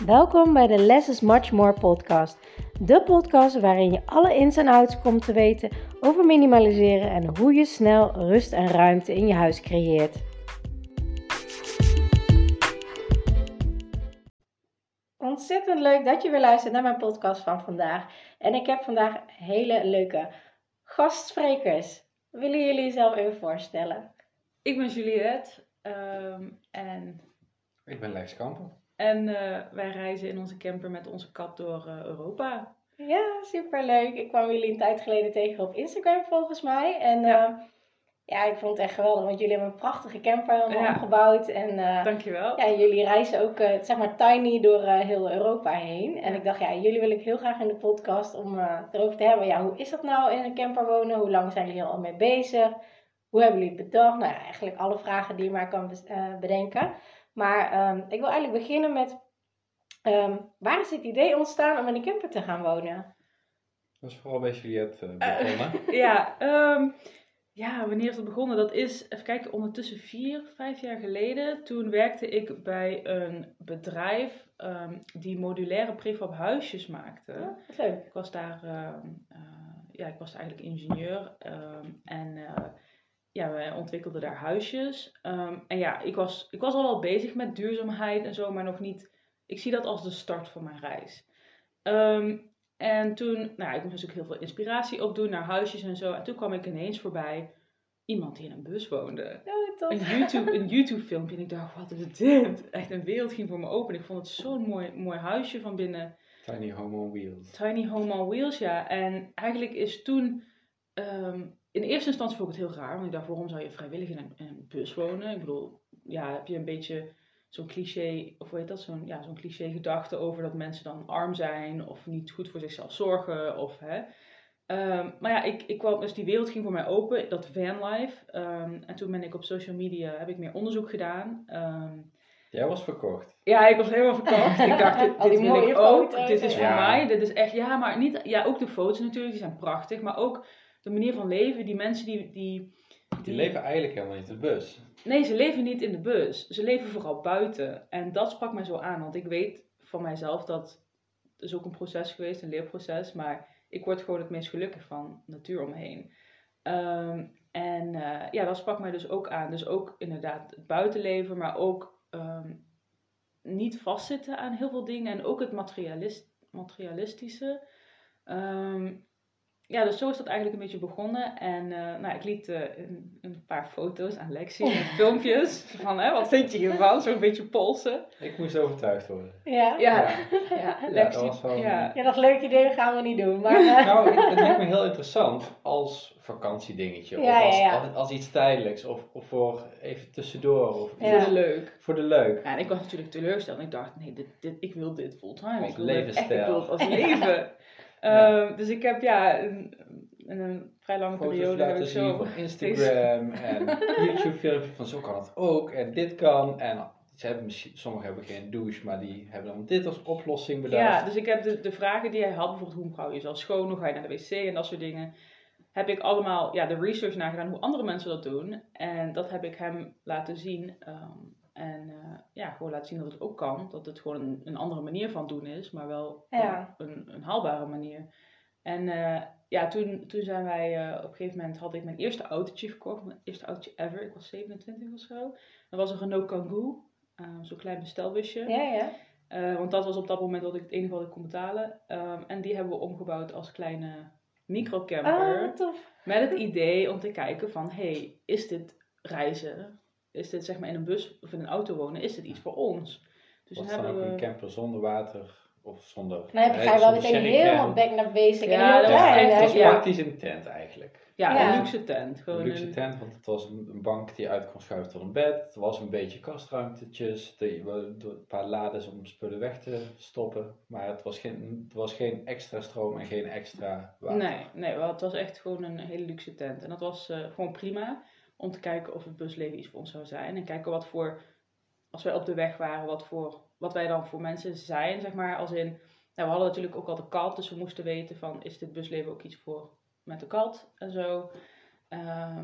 Welkom bij de Less is Much More podcast. De podcast waarin je alle ins en outs komt te weten over minimaliseren en hoe je snel rust en ruimte in je huis creëert. Ontzettend leuk dat je weer luistert naar mijn podcast van vandaag. En ik heb vandaag hele leuke gastsprekers. Willen jullie jezelf even voorstellen? Ik ben Juliette en Ik ben Lex Kampen. wij reizen in onze camper met onze kat door Europa. Ja, superleuk. Ik kwam jullie een tijd geleden tegen op Instagram volgens mij. En ik vond het echt geweldig, want jullie hebben een prachtige camper helemaal opgebouwd. En dankjewel. Ja, jullie reizen ook, zeg maar, tiny door heel Europa heen. En ik dacht, jullie wil ik heel graag in de podcast om erover te hebben. Ja, hoe is dat nou in een camper wonen? Hoe lang zijn jullie al mee bezig? Hoe hebben jullie het bedacht? Nou ja, eigenlijk alle vragen die je maar kan bedenken. Maar ik wil eigenlijk beginnen met, waar is het idee ontstaan om in een camper te gaan wonen? Dat is vooral bij Juliette begonnen. Wanneer is het begonnen? Dat is, even kijken, ondertussen 4-5 jaar geleden. Toen werkte ik bij een bedrijf die modulaire prefab huisjes maakte. Ja, leuk. Ik was daar, ik was eigenlijk ingenieur wij ontwikkelden daar huisjes. Ik was al wel bezig met duurzaamheid en zo, maar nog niet. Ik zie dat als de start van mijn reis. En toen, ik moest natuurlijk heel veel inspiratie opdoen naar huisjes en zo. En toen kwam ik ineens voorbij iemand die in een bus woonde. Ja, een YouTube filmpje. En ik dacht, wat is dit? Echt een wereld ging voor me open. Ik vond het zo'n mooi huisje van binnen. Tiny Home on Wheels. Tiny Home on Wheels, ja. En eigenlijk is toen... in eerste instantie vond ik het heel raar. Want ik dacht, waarom zou je vrijwillig in een bus wonen? Ik bedoel, heb je een beetje zo'n cliché, of hoe heet dat? Zo'n cliché gedachte over dat mensen dan arm zijn of niet goed voor zichzelf zorgen. Ik kwam, dus die wereld ging voor mij open, dat vanlife. En toen ben ik op social media, heb ik meer onderzoek gedaan. Jij was verkocht. Ja, ik was helemaal verkocht. Ik dacht, dit wil ik ook. Dit is voor mij. Dit is echt, maar niet, ook de foto's natuurlijk, die zijn prachtig. Maar ook de manier van leven, die mensen die leven eigenlijk helemaal niet in de bus. Nee, ze leven niet in de bus. Ze leven vooral buiten. En dat sprak mij zo aan. Want ik weet van mijzelf dat... Het is ook een proces geweest, een leerproces. Maar ik word gewoon het meest gelukkig van natuur om me heen. Dat sprak mij dus ook aan. Dus ook inderdaad het buitenleven. Maar ook niet vastzitten aan heel veel dingen. En ook het materialistische. Dus zo is dat eigenlijk een beetje begonnen. En ik liet een paar foto's aan Lexie en filmpjes. Van, wat vind je hiervan? Zo'n beetje polsen. Ik moest overtuigd worden. Ja, Lexie, dat was wel... dat leuk idee gaan we niet doen. Maar, het lijkt me heel interessant als vakantiedingetje. Of als iets tijdelijks. Of voor even tussendoor. Of voor de leuk. Ja, en ik was natuurlijk teleurgesteld. En ik dacht, nee, ik wil dit fulltime. Als levensstijl. Ik wil het als leven. Dus ik heb een vrij lange periode heb ik zo van Instagram en YouTube filmpjes van zo kan het ook en dit kan en sommigen hebben geen douche, maar die hebben dan dit als oplossing bedacht. Ja, dus ik heb de vragen die hij had, bijvoorbeeld hoe hou je jezelf schoon, hoe ga je naar de wc en dat soort dingen, heb ik allemaal de research nagedaan hoe andere mensen dat doen en dat heb ik hem laten zien. Gewoon laten zien dat het ook kan. Dat het gewoon een andere manier van doen is. Maar wel een haalbare manier. En toen zijn wij... op een gegeven moment had ik mijn eerste autootje gekocht. Mijn eerste autootje ever. Ik was 27 of zo. Dat was een Renault Kangoo. Zo'n klein bestelbusje. Ja. Want dat was op dat moment het enige wat ik kon betalen. En die hebben we omgebouwd als kleine microcamper. Tof. Met het idee om te kijken van... is dit reizen... Is dit zeg maar in een bus of in een auto wonen, is dit iets voor ons? Dus was dan ook een camper zonder water of zonder... Dan ga je wel meteen helemaal back naar basic en heel klein. klein. Het was praktisch een tent eigenlijk. Ja, een luxe tent. Gewoon een luxe tent, want het was een bank die uit kon schuiven tot een bed. Het was een beetje kastruimtetjes, een paar lades om spullen weg te stoppen. Maar het was geen extra stroom en geen extra water. Nee, het was echt gewoon een hele luxe tent. En dat was gewoon prima. Om te kijken of het busleven iets voor ons zou zijn. En kijken als wij op de weg waren, wat wij dan voor mensen zijn, zeg maar. Als in, we hadden natuurlijk ook al de kat, dus we moesten weten van, is dit busleven ook iets voor met de kat en zo.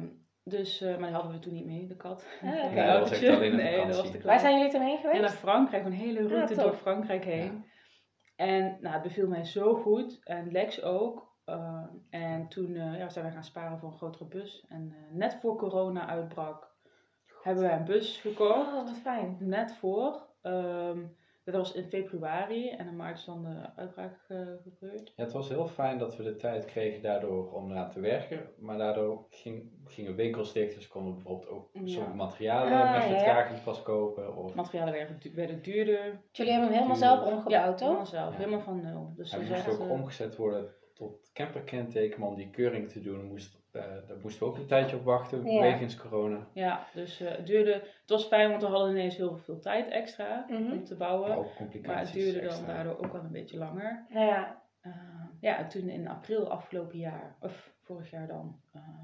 Dus, maar die hadden we toen niet mee, de kat. Ah, oké. Een Nee, dat was echt autootje. alleen een Nee, dat vakantie. was te klein. Waar zijn jullie toen heen Ja, geweest? naar Frankrijk, een hele route tof. door Frankrijk heen. En nou, het beviel mij zo goed. En Lex ook. En toen zijn we gaan sparen voor een grotere bus. En net voor corona uitbrak, hebben wij een bus gekocht. Oh, wat fijn. Net voor. Dat was in februari. En in maart is dan de uitbraak gebeurd. Ja, het was heel fijn dat we de tijd kregen daardoor om eraan te werken. Maar daardoor gingen winkels dicht. Dus konden we bijvoorbeeld ook Ja. sommige materialen met ja. vertraging pas kopen. Of Materialen werden duurder. Jullie hebben hem helemaal Tuurlijk. zelf omgebouwd, Helemaal toch? zelf. Ja. Helemaal van nul. Dus hij dat moest is echt, ook omgezet worden tot camperkenteken. Maar om die keuring te doen, daar moesten we ook een tijdje op wachten. Ja. Wegens corona. Ja, dus het duurde. Het was fijn, want we hadden ineens heel veel tijd extra Mhm. om te bouwen. Maar ook Maar complicaties het duurde dan extra. daardoor ook wel een beetje langer. Ja. En toen in april afgelopen jaar, of vorig jaar dan,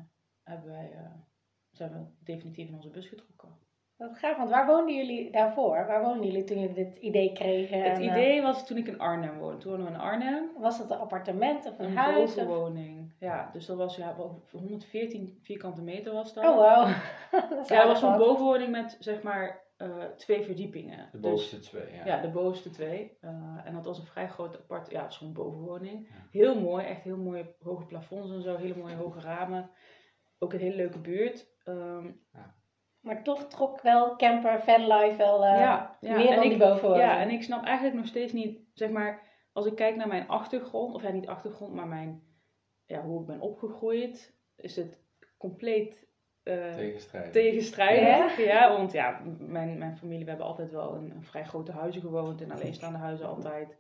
zijn we definitief in onze bus getrokken. Wat gaaf, want waar woonden jullie daarvoor? Waar woonden jullie toen jullie dit idee kregen? Het En, idee was toen ik in Arnhem woonde. Toen woonden we in Arnhem. was dat een appartement of een Een huis? Of... bovenwoning. Ja, dus dat was wel 114 vierkante meter was dat. Oh, wow. Dat is Ja, dat was aardig een wat. bovenwoning met zeg maar 2 verdiepingen. De Dus- bovenste twee, ja. Ja, de bovenste 2. En dat was een vrij groot apart, ja, het is gewoon een bovenwoning. Ja. Heel mooi, echt heel mooi hoge plafonds en zo, hele mooie hoge ramen. Ook een hele leuke buurt. Maar toch trok wel camper, vanlife wel meer en dan die bovenwoning. Ja, en ik snap eigenlijk nog steeds niet, zeg maar, als ik kijk naar mijn achtergrond, of ja, niet achtergrond, maar hoe ik ben opgegroeid, is het compleet tegenstrijdig. Ja, want ja, mijn familie, we hebben altijd wel in vrij grote huizen gewoond, in alleenstaande huizen altijd.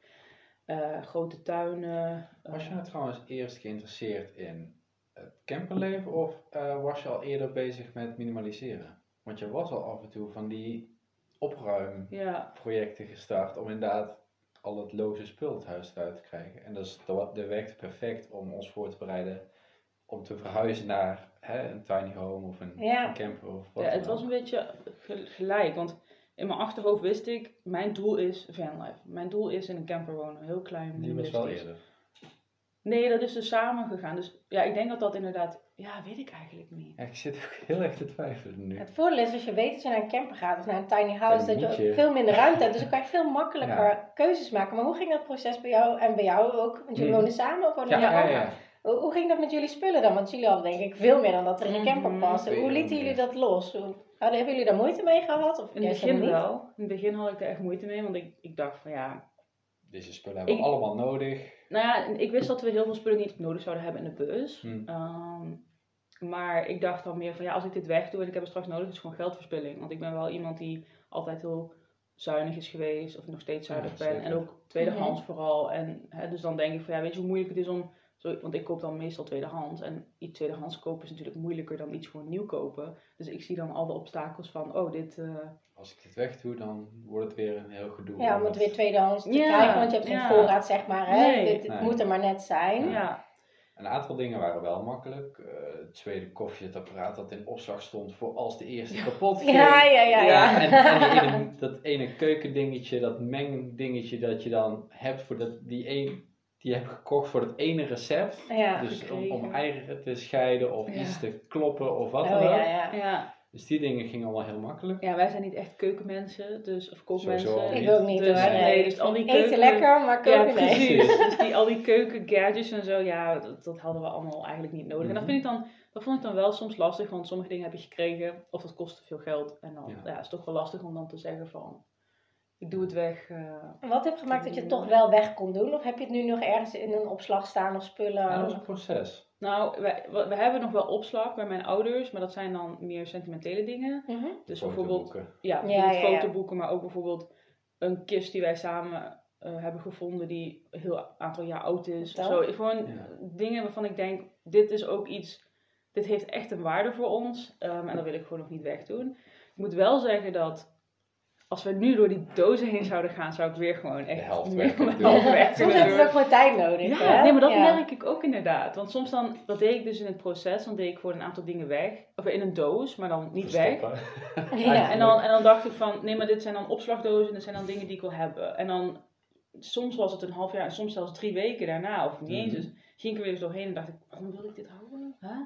Grote tuinen. Was je nou trouwens eerst geïnteresseerd in het camperleven of was je al eerder bezig met minimaliseren? Want je was al af en toe van die opruimprojecten gestart om inderdaad al het loze spul het huis eruit te krijgen. En dat werkte perfect om ons voor te bereiden om te verhuizen naar een tiny home of een camper of wat Ja, dan het was ook. een beetje gelijk, want in mijn achterhoofd wist ik, mijn doel is vanlife. Mijn doel is in een camper wonen, heel klein, Die was wel minimalistisch. eerder. Nee, dat is dus samen gegaan. Dus ja, ik denk dat inderdaad, weet ik eigenlijk niet. Ja, ik zit ook heel erg te twijfelen nu. Het voordeel is als je weet dat je naar een camper gaat of naar een tiny house, Dan dat moet je je- veel minder ruimte hebt. Dus dan kan je veel makkelijker keuzes maken. Maar hoe ging dat proces bij jou en bij jou ook? Want jullie woonden samen of woonden jullie apart? Hoe ging dat met jullie spullen dan? Want jullie hadden denk ik veel meer dan dat er in een camper past. Hoe lieten jullie dat los? Hebben jullie daar moeite mee gehad? Of In het juist begin helemaal niet? wel. In het begin had ik er echt moeite mee, want ik dacht van ja. Deze spullen hebben we allemaal nodig. Nou ja, ik wist dat we heel veel spullen niet nodig zouden hebben in de bus. Hmm. Maar ik dacht dan meer van ja, als ik dit wegdoe en ik heb het straks nodig, is het gewoon geldverspilling. Want ik ben wel iemand die altijd heel zuinig is geweest, of nog steeds zuinig ben. Zeker. En ook tweedehands vooral. En dus dan denk ik van ja, weet je hoe moeilijk het is om... Want ik koop dan meestal tweedehands. En iets tweedehands kopen is natuurlijk moeilijker dan iets gewoon nieuw kopen. Dus ik zie dan al de obstakels van, Als ik dit wegdoe, dan wordt het weer een heel gedoe. Ja, om het weer tweedehands te Ja, krijgen, want je hebt geen ja. voorraad, zeg maar. Hè? Nee. Dit moet er maar net zijn. Ja. Een aantal dingen waren wel makkelijk. Het tweede koffiezetapparaat dat in opslag stond voor als de eerste kapot ging. Ja. En dat ene keukendingetje, dat mengdingetje dat je dan hebt voor die je hebt gekocht voor dat ene recept. Ja. Dus om eieren te scheiden of iets te kloppen of wat dan Oh, ook. Ja. Dus die dingen gingen allemaal heel makkelijk. Ja, wij zijn niet echt keukenmensen, of kookmensen. Sowieso Ik ook niet Dus, hoor. nee, dus al die Eten lekker, maar koken Ja, nee. precies. Dus al die keukengadgets en zo, ja, dat hadden we allemaal eigenlijk niet nodig. En dat vond ik dan wel soms lastig, want sommige dingen heb je gekregen, of dat kostte veel geld. En dan is het toch wel lastig om dan te zeggen van, ik doe het weg. En wat heeft gemaakt dat je het toch wel weg kon doen? Of heb je het nu nog ergens in een opslag staan of spullen? Ja, dat was een proces. Nou, we hebben nog wel opslag bij mijn ouders, maar dat zijn dan meer sentimentele dingen. Mhm. Dus bijvoorbeeld, Fotoboeken. fotoboeken, maar ook bijvoorbeeld een kist die wij samen hebben gevonden die een heel aantal jaar oud is. Zo, gewoon dingen waarvan ik denk, dit is ook iets, dit heeft echt een waarde voor ons en dat wil ik gewoon nog niet wegdoen. Ik moet wel zeggen dat als we nu door die dozen heen zouden gaan, zou ik weer gewoon echt De helft meer weg dan de kunnen doen. helft weg Soms kunnen heeft het doen. ook gewoon tijd nodig. Ja, hè? nee, maar dat Ja. merk ik ook inderdaad. Want soms dan, dat deed ik dus in het proces, dan deed ik gewoon een aantal dingen weg. Of in een doos, maar dan niet weg. Verstoppen. Ja. En dan dacht ik van, nee, maar dit zijn dan opslagdozen, dit zijn dan dingen die ik wil hebben. En dan, soms was het een half jaar en soms zelfs 3 weken daarna, of niet eens. Dus ging ik er weer eens doorheen en dacht ik, waarom wil ik dit houden? Huh?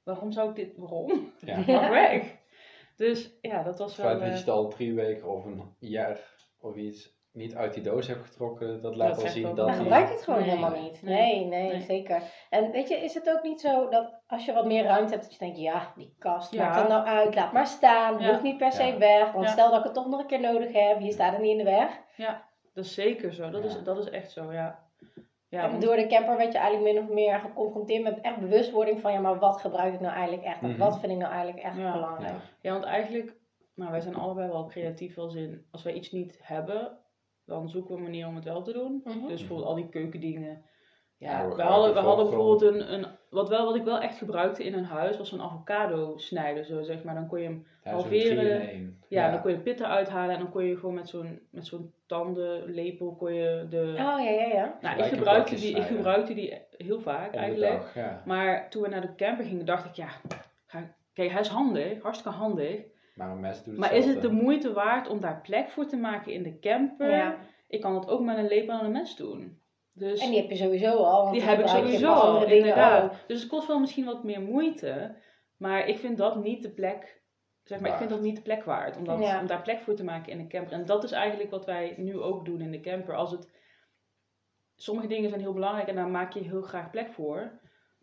waarom zou ik dit, waarom? Ja. Mag weg. Dus ja, dat was Het feit wel... dat je het al 3 weken of een jaar of iets niet uit die doos hebt getrokken, dat laat wel zegt zien ook dat Dan wel. die... gebruik je het gewoon Nee. helemaal niet. Nee. Nee, zeker. En weet je, is het ook niet zo dat als je wat meer ruimte hebt, dat je denkt, ja, die kast, Ja. maakt dat nou uit, laat maar staan, Ja. hoeft niet per se Ja. weg, want Ja. stel dat ik het toch nog een keer nodig heb, hier staat het niet in de weg. Dat is zeker zo. Ja. Dat is echt zo, ja. Ja, En want- door de camper werd je eigenlijk min of meer geconfronteerd met echt bewustwording van, ja, maar wat gebruik ik nou eigenlijk echt? Of Mhm. wat vind ik nou eigenlijk echt Ja. belangrijk? Ja. ja, want eigenlijk, nou, wij zijn allebei wel creatief als in, als wij iets niet hebben, dan zoeken we een manier om het wel te doen. Mhm. Dus bijvoorbeeld al die keukendingen. Ja, Ja, we we hadden gebruiken bijvoorbeeld wat ik wel echt gebruikte in een huis, was zo'n avocado snijder, zo zeg maar. Dan kon je hem Ja, zo'n halveren. 3-in-1. dan kon je de pit eruit halen en dan kon je gewoon met zo'n tandenlepel kon je de... Oh, ja. Nou, Gelijke ik plakjes ik snijden. gebruikte die heel vaak Om de eigenlijk. dag, ja. Maar toen we naar de camper gingen, dacht ik, kijk, hij is handig, hartstikke handig. Maar een mes doet Maar is het de hetzelfde. moeite waard om daar plek voor te maken in de camper? Ja. Ik kan het ook met een lepel en een mes doen. Dus En die heb je sowieso al. Want die heb ik gebruik je sowieso voor al, andere dingen inderdaad. ook. Dus het kost wel misschien wat meer moeite. Maar ik vind dat niet de plek, zeg maar, ik vind dat niet de plek waard. Om daar plek voor te maken in een camper. En dat is eigenlijk wat wij nu ook doen in de camper. Sommige dingen zijn heel belangrijk en daar maak je heel graag plek voor.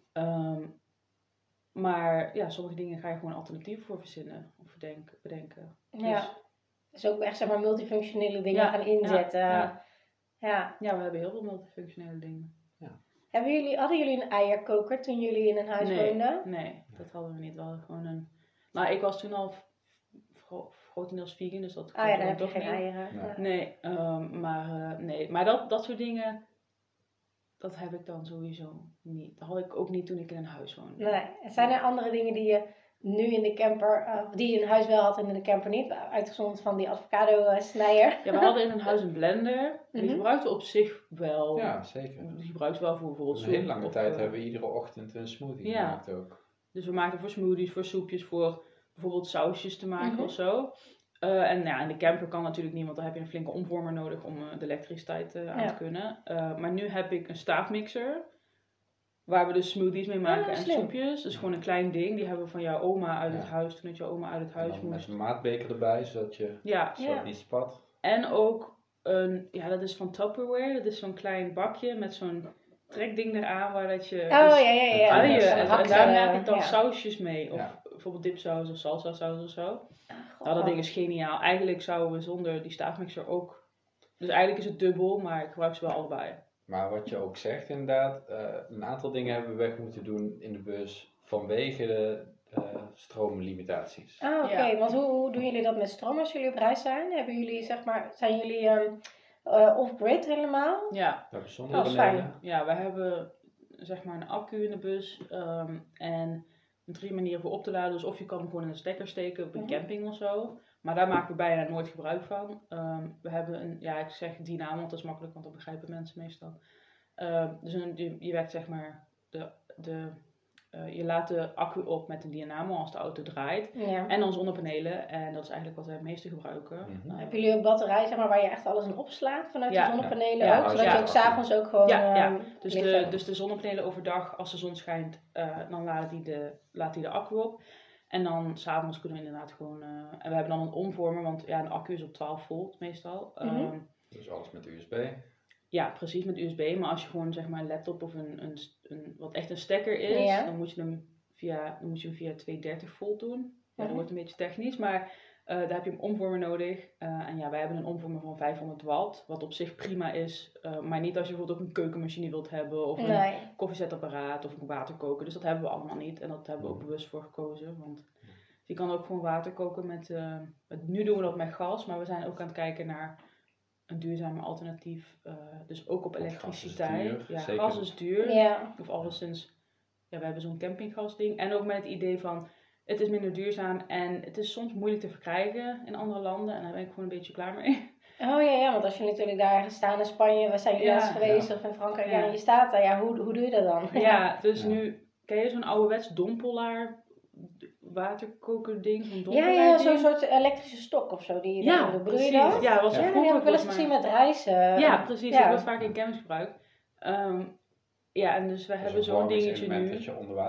Maar ja, sommige dingen ga je gewoon alternatieven voor verzinnen of bedenken. Ja. Dus ook echt, zeg maar, multifunctionele dingen Ja, gaan inzetten. ja. Ja. Ja, we hebben heel veel multifunctionele dingen. Hadden jullie een eierkoker toen jullie in een huis woonden? Nee, dat hadden we niet. We hadden gewoon een... Nou, ik was toen al grotendeels vegan, dus dat Ah ja, dan kon heb je toch geen niet. eieren. Nee. Ja. Nee. Maar dat soort dingen, dat heb ik dan sowieso niet. Dat had ik ook niet toen ik in een huis woonde. Nee. En zijn er andere dingen die je nu in de camper, die je in huis wel had en in de camper niet? Uitgezonderd van die avocado snijder. Ja, we hadden in een huis een blender. Die Mhm. gebruikten we op zich wel. Ja, zeker. Die gebruikten we wel voor bijvoorbeeld Een hele soep lange of, tijd hebben we iedere ochtend een smoothie Ja. gemaakt ook. Dus we maakten voor smoothies, voor soepjes, voor bijvoorbeeld sausjes te maken Mhm. of zo. En ja, in de camper kan natuurlijk niet, want dan heb je een flinke omvormer nodig om de elektriciteit aan te kunnen. Maar nu heb ik een staafmixer, waar we dus smoothies mee maken en slim. soepjes. Dus gewoon een klein ding, die hebben we van jouw oma uit het Ja. huis, toen het jouw oma uit het En huis dan met moest. een maatbeker erbij, zodat Ja, het niet spat. en ook dat is van Tupperware, dat is zo'n klein bakje met zo'n trekding eraan, waar dat je... Oh dus- ja, ja, ja. En Zo'n daar hakje, maak ik dan ja. sausjes mee. Of Ja. bijvoorbeeld dipsaus of salsa saus of zo. God, Nou, dat ding is geniaal. Eigenlijk zouden we zonder die staafmixer ook... Dus eigenlijk is het dubbel, maar ik gebruik ze wel allebei. Maar wat je ook zegt inderdaad, een aantal dingen hebben we weg moeten doen in de bus vanwege de stroomlimitaties. Ah, oké. Ja. Want hoe doen jullie dat met stroom als jullie op reis zijn? Hebben jullie, zeg maar, zijn jullie off-grid helemaal? Ja, We hebben Oh, zonnepanelen. ja, we hebben zeg maar een accu in de bus. En 3 manieren voor op te laden. Dus of je kan hem gewoon in een stekker steken op een Mhm. camping of zo. Maar daar maken we bijna nooit gebruik van. We hebben een, ja, ik zeg dynamo, want dat is makkelijk, want dat begrijpen mensen meestal. Dus je werkt zeg maar je laat de accu op met een dynamo als de auto draait. Ja. En dan zonnepanelen. En dat is eigenlijk wat wij het meeste gebruiken. Mhm. Hebben jullie ook batterijen, zeg maar, waar je echt alles in opslaat vanuit Ja. de zonnepanelen Ja. ook? Zodat Ja. je ook s'avonds ook gewoon Ja. licht hebt? Dus de zonnepanelen overdag, als de zon schijnt, dan laat hij de accu op. En dan s'avonds kunnen we inderdaad gewoon... en we hebben dan een omvormer, want ja, een accu is op 12 volt meestal. Mhm. Dus alles met USB. Ja, precies, met USB. Maar als je gewoon zeg maar een laptop of wat echt een stekker is, Ja. dan moet je hem via 230 volt doen. Ja, dat Mhm. wordt een beetje technisch, maar daar heb je een omvormer nodig. En ja, wij hebben een omvormer van 500 watt, wat op zich prima is. Maar niet als je bijvoorbeeld ook een keukenmachine wilt hebben, of een Nee. koffiezetapparaat, of een waterkoker. Dus dat hebben we allemaal niet. En dat hebben we ook bewust voor gekozen. Want je kan ook gewoon water koken nu doen we dat met gas, maar we zijn ook aan het kijken naar een duurzame alternatief. Dus ook op Want elektriciteit. gas is duur, Ja, zeker. gas is duur. Ja. Of alleszins, ja, we hebben zo'n campinggasding. En ook met het idee van, het is minder duurzaam en het is soms moeilijk te verkrijgen in andere landen. En daar ben ik gewoon een beetje klaar mee. Oh ja, want als je natuurlijk daar ergens staat in Spanje, we zijn hier Ja. laatst geweest, of in Frankrijk, Ja. en je staat daar, ja, hoe doe je dat dan? Ja, dus Ja. nu, ken je zo'n ouderwets dompelaar waterkoker ding? Zo'n Ja, dompelaar zo'n ding? soort elektrische stok of zo die je Ja, dan doet. Bedoel je precies. dat? Ja, was Ja, die vroeger heb ik wel eens volgens gezien mij. met reizen. Ja, precies. Ja. Dat wordt vaak in campings gebruikt. Ja, en dus we hebben zo'n dingetje element nu. dat je onder water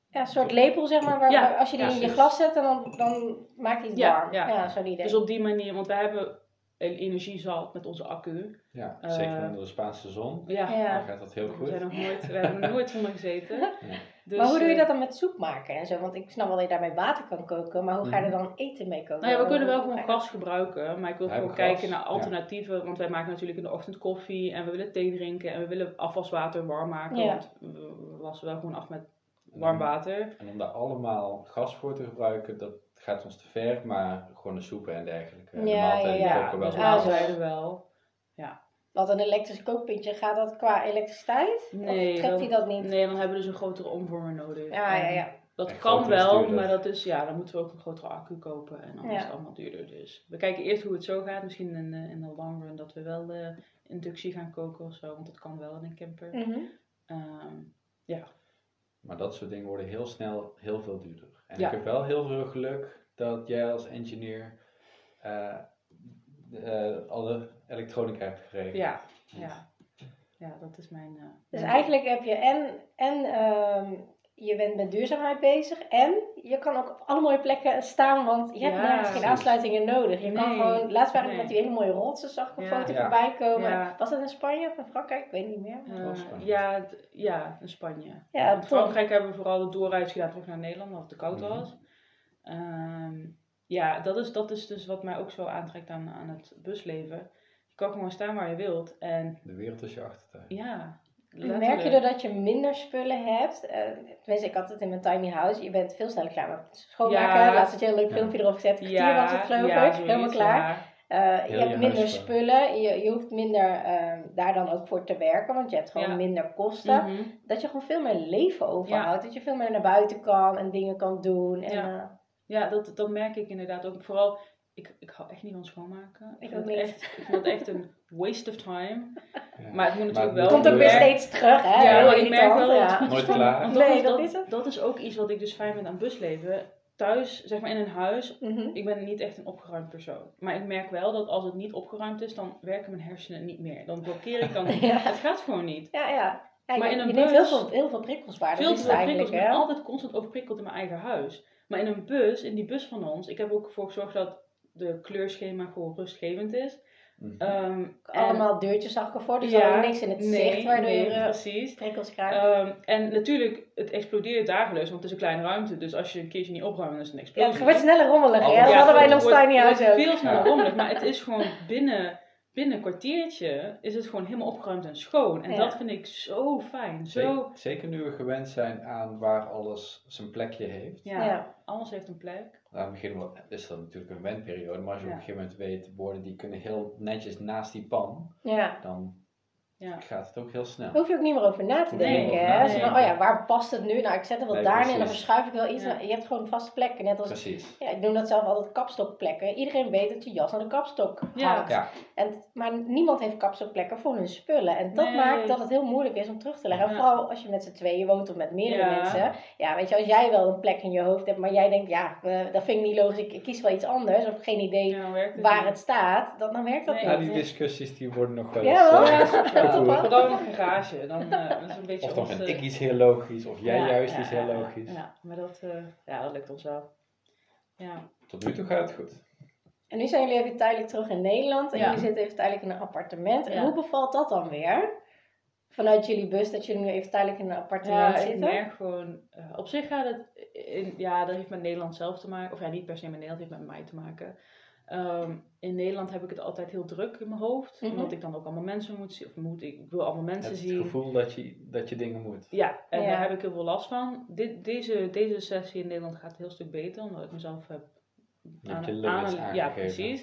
Ja, een soort lepel zeg maar, waar als je die in je precies. glas zet en dan maakt hij het warm. Ja, zo die idee. Dus op die manier, want wij hebben een energiezat met onze accu. Ja, zeker onder de Spaanse zon. Ja, Dan gaat dat heel we goed. hebben er nog nooit zonder gezeten. Ja. Dus, maar hoe doe je dat dan met soep maken en zo? Want ik snap wel dat je daarmee water kan koken, maar hoe ga je er dan eten mee koken? Nou ja, we kunnen wel Hoe gewoon ga je dat- gas gebruiken, maar ik wil We gewoon hebben gas, kijken naar alternatieven, want wij maken natuurlijk in de ochtend koffie en we willen thee drinken en we willen afwaswater warm maken, Ja. want we wassen wel gewoon af met warm water. En om daar allemaal gas voor te gebruiken, dat gaat ons te ver, maar gewoon de soepen en dergelijke. En de Ja, maaltijden ja, koken wel. dus Ah, maaltijden wel. Want een elektrisch kookpintje, gaat dat qua elektriciteit? Nee, Of trekt hij dat niet? Nee, dan hebben we dus een grotere omvormer nodig. Ja. Dat En kan groter is wel, duurder. maar dat is, dan moeten we ook een grotere accu kopen en dan is Ja. het allemaal duurder. Dus we kijken eerst hoe het zo gaat, misschien in de long run dat we wel inductie gaan koken of zo, want dat kan wel in een camper. Mhm. Maar dat soort dingen worden heel snel heel veel duurder. En Ja. ik heb wel heel veel geluk dat jij als engineer alle elektronica hebt geregeld. Ja, dat is mijn... Dus mijn- eigenlijk heb je je bent met duurzaamheid bezig en je kan ook op alle mooie plekken staan, want je hebt Ja, nergens geen precies. aansluitingen nodig. Je kan Nee, gewoon, laatst waren we nee. met die hele mooie rotsen, zag ik een Ja. foto Ja. voorbij komen. Ja. Was dat in Spanje of in Frankrijk? Ik weet niet meer. was Spanje. Ja, in Spanje. Ja, In Frankrijk hebben we vooral de doorreis gedaan terug naar Nederland, omdat het te koud was. Dat is dus wat mij ook zo aantrekt aan het busleven. Je kan gewoon staan waar je wilt en De wereld is je achtertuin. ja... Merk je dat je minder spullen hebt? Tenminste, ik had het in mijn tiny house. Je bent veel sneller klaar met schoonmaken. Ja. Laatst had je een leuk filmpje erop gezet. Kwartier was het geloof ik. Helemaal zoiets, klaar. ja. Je Heel hebt je minder huis, spullen. Je hoeft minder daar dan ook voor te werken. Want je hebt gewoon Ja. minder kosten. Mhm. Dat je gewoon veel meer leven overhoudt. Dat je veel meer naar buiten kan en dingen kan doen. En, Ja. Ja, dat merk ik inderdaad ook. Vooral, ik hou echt niet van schoonmaken. Ik vind ook het niet. echt, ik vind dat echt een waste of time. Ja. Maar het moet natuurlijk het wel... komt ook weer werk- steeds terug, hè? Ja, Heel maar ik merk irritant, wel dat ja. het goed Nooit is van- klaar. want Nee, dat is het. Dat is ook iets wat ik dus fijn vind aan busleven. Thuis, zeg maar in een huis, Mhm. ik ben niet echt een opgeruimd persoon. Maar ik merk wel dat als het niet opgeruimd is, dan werken mijn hersenen niet meer. Dan blokkeer ik, dan... Ja. Het gaat gewoon niet. Ja. Ja, Maar je, in een je neemt bus- heel veel prikkels waar. Veel Dat te is veel het prikkels. eigenlijk, Ik ben hè? altijd constant overprikkeld in mijn eigen huis. Maar in die bus van ons, ik heb ook ervoor gezorgd dat de kleurschema gewoon rustgevend is. Mhm. En- Allemaal deurtjes zag ik ervoor, dus Ja, er niks in het zicht waardoor je precies. prikkels krijgt. En natuurlijk, het explodeert dagelijks, want het is een kleine ruimte. Dus als je een keertje niet opruimt, dan is het een Ja, explosie. het wordt sneller rommelig, hè? Ja, Dat hadden wij in ons het wordt- tiny het house wordt ook. veel sneller Ja. rommelig, maar het is gewoon binnen een kwartiertje is het gewoon helemaal opgeruimd en schoon. En Ja. dat vind ik zo fijn. Zo, Zeker nu we gewend zijn aan waar alles zijn plekje heeft. ja, alles heeft een plek. Nou, in het begin is dat natuurlijk een wendperiode, maar als je Ja. op een gegeven moment weet, borden die kunnen heel netjes naast die pan, Ja. dan Ja. gaat het ook heel snel. Daar hoef je ook niet meer over na te Nee, denken, over hè? na te Zo van, denken. oh ja, waar past het nu? Nou, ik zet het wel Nee, daarin en dan precies. verschuif ik wel iets. Ja. Je hebt gewoon vaste plekken, net als... Precies. Ja, ik noem dat zelf altijd kapstokplekken. Iedereen weet dat je jas aan de kapstok Ja. hangt. Ja, Maar niemand heeft kapstokplekken voor hun spullen. En dat Nee. maakt dat het heel moeilijk is om terug te leggen. Ja. Vooral als je met z'n tweeën woont of met meerdere Ja. mensen. Ja, weet je, als jij wel een plek in je hoofd hebt, maar jij denkt, ja, dat vind ik niet logisch. Ik kies wel iets anders. Of geen idee Ja, werkt het waar niet. het staat. Dan werkt dat Nee. ja, niet. die discussies die worden nog wel Ja, wel. eens Ja, gevoerd. Vooral in een garage. Dan dat is een beetje Of dan onze- vind ik iets heel logisch, of jij Ja, juist ja, iets heel ja, logisch. Ja, maar dat lukt ons wel. Ja. Tot nu toe gaat het goed. En nu zijn jullie even tijdelijk terug in Nederland. En Ja. jullie zitten even tijdelijk in een appartement. En Ja. hoe bevalt dat dan weer? Vanuit jullie bus, dat jullie nu even tijdelijk in een appartement Ja, ik zitten? merk gewoon, op zich gaat het, dat heeft met Nederland zelf te maken, of ja, niet per se met Nederland, het heeft met mij te maken. In Nederland heb ik het altijd heel druk in mijn hoofd, Mhm. omdat ik dan ook allemaal mensen moet zien, ik wil allemaal mensen Het zien. gevoel dat je dingen moet. Ja, en Ja. daar heb ik heel veel last van. Deze sessie in Nederland gaat een heel stuk beter, omdat ik mezelf heb Je hebt je limits ja, aangegeven. precies.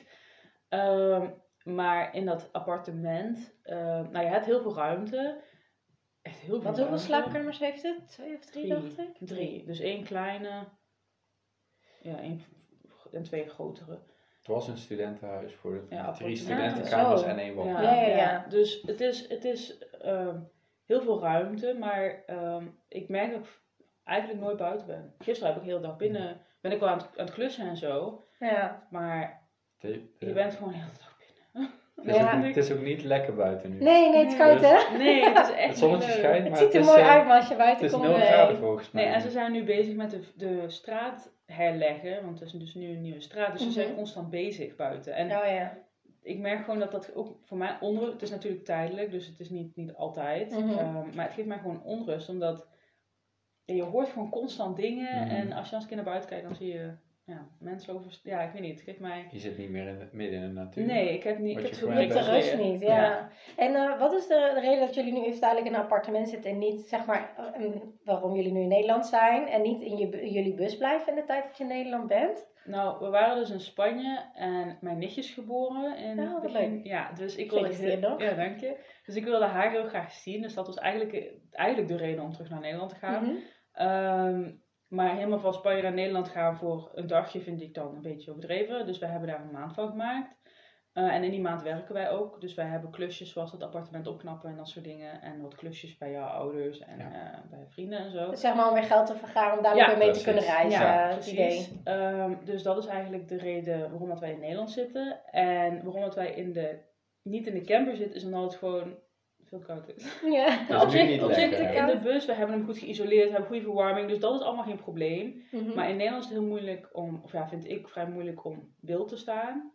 Maar in dat appartement, je hebt heel veel ruimte. Echt heel veel Want hoeveel ruimte. slaapkamers heeft het? 2 of 3, dacht ik? 3. Dus 1 kleine, en 2 grotere. Het was een studentenhuis voor de Ja, 3 appartement. studentenkamers Zo. en 1 woonkamer. Ja. Dus het is heel veel ruimte, maar ik merk dat ik eigenlijk nooit buiten ben. Gisteren heb ik de hele dag binnen, ben ik wel aan het klussen en zo, Ja. maar De- je bent gewoon de hele dag binnen. Het is ook niet lekker buiten nu. Nee, het is koud hè? Nee, het is echt Het zonnetje niet leuk. schijnt, Het maar ziet er mooi uit, maar als je het buiten is komt... 0 graden volgens mij. Nee, en ze zijn nu bezig met de straat herleggen, want het is dus nu een nieuwe straat. Dus ze zijn constant bezig buiten. En ik merk gewoon dat ook voor mij onrust... Het is natuurlijk tijdelijk, dus het is niet altijd. Maar het geeft mij gewoon onrust, omdat je hoort gewoon constant dingen. En als je dan eens naar buiten kijkt, dan zie je mensen over... Ja, ik weet niet, het geeft mij... Je zit niet meer midden in de natuur. Nee, ik heb niet... Wat Ik je heb gewend de bent. rust niet, ja. En wat is de reden dat jullie nu eerst dadelijk in een appartement zitten en niet, zeg maar, waarom jullie nu in Nederland zijn en niet in jullie bus blijven in de tijd dat je in Nederland bent? Nou, we waren dus in Spanje en mijn nichtje is geboren in wat begin. leuk. Ja, dus ik wilde Gefeliciteerd nog. Ja, dank je. Dus ik wilde haar heel graag zien. Dus dat was eigenlijk de reden om terug naar Nederland te gaan. Maar helemaal van Spanje naar Nederland gaan voor een dagje vind ik dan een beetje overdreven. Dus we hebben daar een maand van gemaakt. En in die maand werken wij ook. Dus wij hebben klusjes zoals het appartement opknappen en dat soort dingen. En wat klusjes bij jouw ouders en bij vrienden en zo. Dus zeg maar om weer geld te vergaren om dadelijk weer mee te kunnen reizen. Ja, het idee. Dus dat is eigenlijk de reden waarom dat wij in Nederland zitten. En waarom dat wij niet in de camper zitten is omdat het gewoon veel koud is. Ja. Nou, op zich lekker, zit ik hè? in de bus, we hebben hem goed geïsoleerd, we hebben goede verwarming, dus dat is allemaal geen probleem. Maar in Nederland is het heel moeilijk vind ik vrij moeilijk om wild te staan.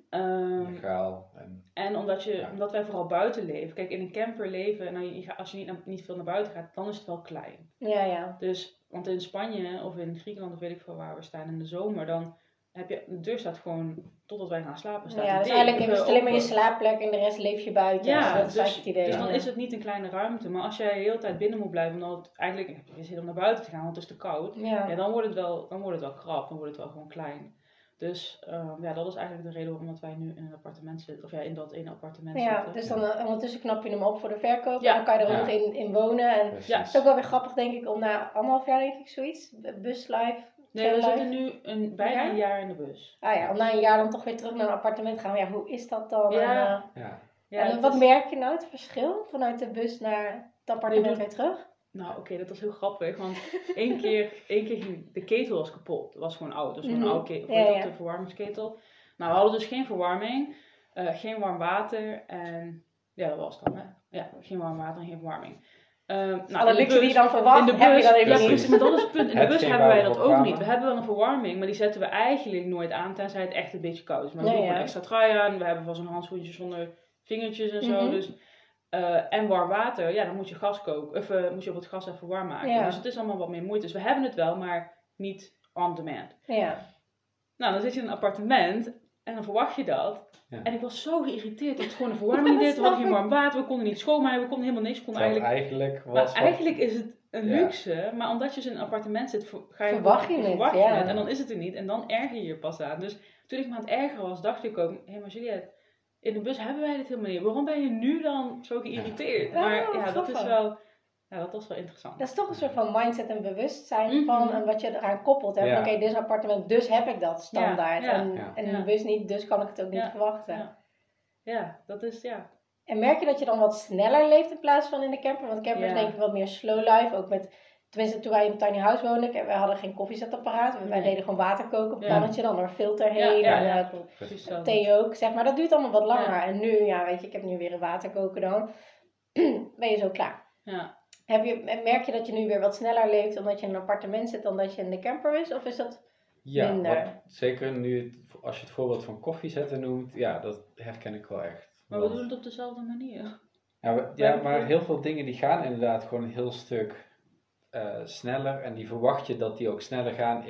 Legaal. En omdat wij vooral buiten leven. Kijk, in een camper leven, en als je niet veel naar buiten gaat, dan is het wel klein. Ja. Dus, want in Spanje of in Griekenland of weet ik veel waar we staan in de zomer, dan heb je, de deur staat gewoon totdat wij gaan slapen. Staat Ja, dus dicht, eigenlijk is het alleen maar je open. slaapplek en de rest leef je buiten. Ja, dat is eigenlijk het idee. Dus dan is het niet een kleine ruimte. Maar als jij de hele tijd binnen moet blijven, omdat het eigenlijk heb je zin om naar buiten te gaan, want het is te koud. Ja, dan wordt het wel krap, dan wordt het wel gewoon klein. Dus dat is eigenlijk de reden waarom dat wij nu in een appartement zitten. Of in dat ene appartement zitten. Ja, dus dan ondertussen knap je hem op voor de verkoop. Ja. En dan kan je er ook nog in wonen. En Ja. het is ook wel weer grappig denk ik om na 1,5 jaar denk ik zoiets, buslife. Nee, we zitten nu bijna een jaar in de bus. Om na een jaar dan toch weer terug naar een appartement te gaan. Ja, hoe is dat dan? En wat merk je nou het verschil vanuit de bus naar het appartement weer terug? Nou oké, dat was heel grappig, want één keer ging de ketel was kapot. Dat was gewoon oud, dat was gewoon een oude ketel, de verwarmingsketel. Nou, we hadden dus geen verwarming, geen warm water en ja, dat was het dan hè. Ja, geen warm water en geen verwarming. Alle luxe die je dan verwacht, in de bus, heb je dan even ja, niet. maar dat is het punt. In de Het bus geen hebben wij warme dat ook kamer. niet. We hebben wel een verwarming, maar die zetten we eigenlijk nooit aan, tenzij het echt een beetje koud is. Maar we doen gewoon extra trui aan, we hebben wel zo'n handschoentje zonder vingertjes en zo, dus... en warm water, ja, dan moet je gas koken. Of moet je op het gas even warm maken. Ja. Dus het is allemaal wat meer moeite. Dus we hebben het wel, maar niet on demand. Ja. Nou, dan zit je in een appartement en dan verwacht je dat. Ja. En ik was zo geïrriteerd dat het gewoon een verwarming deed. We hadden geen warm water, we konden niet schoonmaken, we konden helemaal niks. We konden eigenlijk is het een luxe, maar omdat je in een appartement zit, verwacht je het. En dan is het er niet en dan erger je je pas aan. Dus toen ik me aan het ergeren was, dacht ik ook, hé, maar Juliette, in de bus hebben wij dit helemaal niet. Waarom ben je nu dan zo geïrriteerd? Ja, maar dat is wel... Ja, dat was wel interessant. Dat is toch een soort van mindset en bewustzijn van en wat je eraan koppelt. Ja. Oké, dit is een appartement, dus heb ik dat standaard. En in de bus niet, dus kan ik het ook niet verwachten. Ja, dat is, En merk je dat je dan wat sneller leeft in plaats van in de camper? Want camper is denk ik wat meer slow life. Ook met, tenminste toen wij in een tiny house woonden, wij hadden geen koffiezetapparaat. Wij deden gewoon water koken op een pannetje, dan door een filter heen. En thee ook, zeg maar. Dat duurt allemaal wat langer. En nu, weet je, ik heb nu weer een waterkoker dan. Ben je zo klaar. Ja. Merk je dat je nu weer wat sneller leeft omdat je in een appartement zit dan dat je in de camper is? Of is dat minder? Zeker nu, als je het voorbeeld van koffie zetten noemt, dat herken ik wel echt. Maar we doen het op dezelfde manier. Maar heel veel dingen die gaan inderdaad gewoon een heel stuk sneller. En die verwacht je dat die ook sneller gaan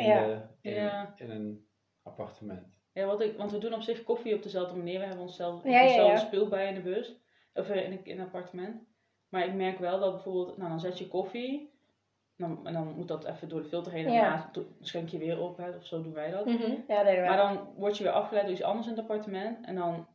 in een appartement. Ja, want we doen op zich koffie op dezelfde manier. We hebben onszelf dezelfde spul bij in de bus. Of in een appartement. Maar ik merk wel dat bijvoorbeeld, dan zet je koffie. En dan moet dat even door de filter heen. En daarna schenk je weer op. Of zo doen wij dat. Ja, deden wij. Maar dan word je weer afgeleid door iets anders in het appartement. En dan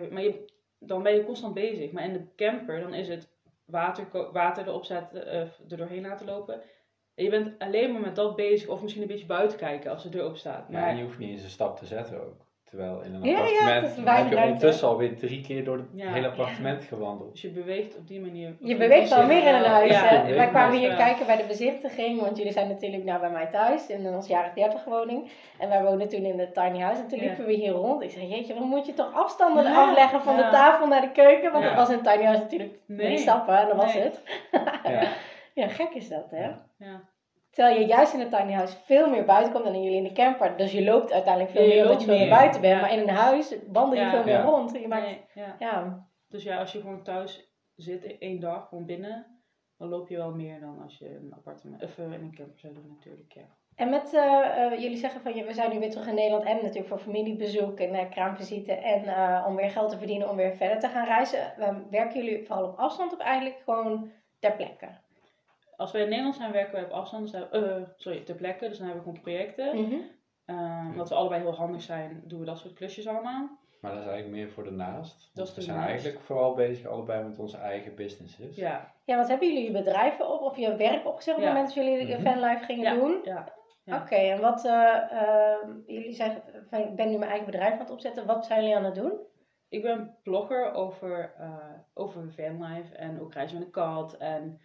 ben je constant bezig. Maar in de camper, dan is het water erop zetten, er doorheen laten lopen. En je bent alleen maar met dat bezig. Of misschien een beetje buiten kijken als de deur open staat. Maar en je hoeft niet eens een stap te zetten ook. Terwijl in een Ja, appartement dat is heb weinig je ruimte. ondertussen alweer 3 keer door het Ja. hele appartement gewandeld. Dus je beweegt op die manier. Je beweegt wel meer in een huis. Ja, Hè? je Wij beweegt kwamen meer. hier Ja. kijken bij de bezichtiging, want jullie zijn natuurlijk nou bij mij thuis in onze jaren 30 woning. En wij woonden toen in de tiny house en toen Ja. liepen we hier rond. Ik zei, jeetje, dan moet je toch afstanden Ja, afleggen van de ja. tafel naar de keuken, want Ja. dat was in tiny house natuurlijk 3 stappen en dat was Nee. het. Ja. Ja, gek is dat, hè? Ja. Ja. Terwijl je juist in de tiny house veel meer buiten komt dan in jullie in de camper. Dus je loopt uiteindelijk veel Ja, je meer omdat loopt je veel meer meer. buiten bent. Ja. Maar in een huis wandel je Ja. veel meer Ja. rond. Je maakt, Nee, ja. ja. Dus ja, als je gewoon thuis zit 1 dag, gewoon binnen, dan loop je wel meer dan als je in een appartement of in een camper zou doen natuurlijk, ja. En met, jullie zeggen van, we zijn nu weer terug in Nederland en natuurlijk voor familiebezoek en kraamvisite en om weer geld te verdienen om weer verder te gaan reizen. Werken jullie vooral op afstand of eigenlijk gewoon ter plekke? Als wij in Nederland zijn, werken wij op afstand, dus ter plekke, dus dan hebben we gewoon projecten. Mhm. Omdat we allebei heel handig zijn, doen we dat soort klusjes allemaal. Maar dat is eigenlijk meer voor de naast. Dat is We de zijn naast. eigenlijk vooral bezig allebei met onze eigen businesses. Ja, Ja, wat hebben jullie je bedrijven op of je werk opgezet op het Ja. moment dat jullie de Mhm. fanlife gingen ja, doen? ja. Ja. Oké, en wat, jullie zeggen, van, ik ben nu mijn eigen bedrijf aan het opzetten. Wat zijn jullie aan het doen? Ik ben blogger over vanlife en ook reizen met een kat en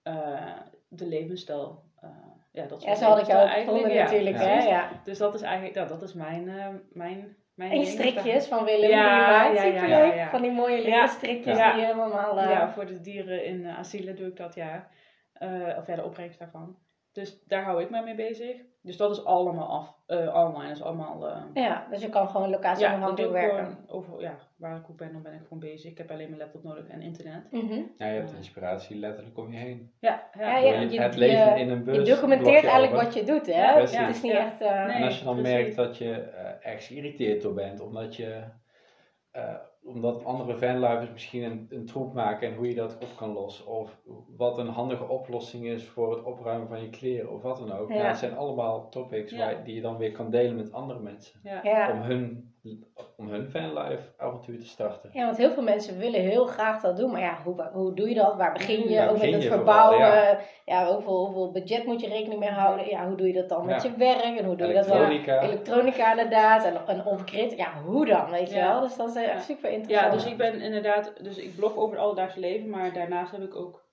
de levensstijl. Dat is Ja, wat zo had ik jou ook eigenlijk, gevonden natuurlijk, ja. hè? precies. Ja. Dus dat is eigenlijk, dat is mijn En je ding. strikjes van Willem, Ja, die je maakt, ja, ja, superleuk. ja. Van die mooie lichte Ja. strikjes Ja. die je helemaal... Ja, voor de dieren in asielen doe ik dat, ja. Of ja, de opbrengst daarvan. Dus daar hou ik me mee bezig. Dus dat is allemaal online. Dat is allemaal... Ja, dus je kan gewoon locatie ja, dat doe onafhankelijk ik werken. gewoon over, ja, waar ik ook ben, dan ben ik gewoon bezig. Ik heb alleen mijn laptop nodig en internet. Mhm. Ja, je hebt inspiratie letterlijk om je heen. Ja, Ja, Het leven in een bus. je documenteert blog je eigenlijk over. wat je doet, hè? Ja, Dus precies. het is niet Ja. echt... Nee. En als je dan precies. merkt dat je ergens geïrriteerd door bent, omdat andere fanlifers misschien een troep maken en hoe je dat op kan lossen. Of wat een handige oplossing is voor het opruimen van je kleren of wat dan ook. Ja. Ja, het zijn allemaal topics Ja. die je dan weer kan delen met andere mensen. Ja. Ja. Om hun fanlife avontuur te starten. Ja, want heel veel mensen willen heel graag dat doen. Maar ja, hoe doe je dat? Waar begin je? Waar Ook met begin het je verbouwen. vooral, Ja, hoeveel budget moet je rekening mee houden? Ja, hoe doe je dat dan met Ja. je werk? En hoe doe je dat dan? Elektronica. Elektronica inderdaad. En off-grid. Ja, hoe dan? Weet je Ja. wel? Dus dat is echt Ja. super interessant. Ja, dus ik ben inderdaad, ik blog over het alledaagse leven, maar daarnaast heb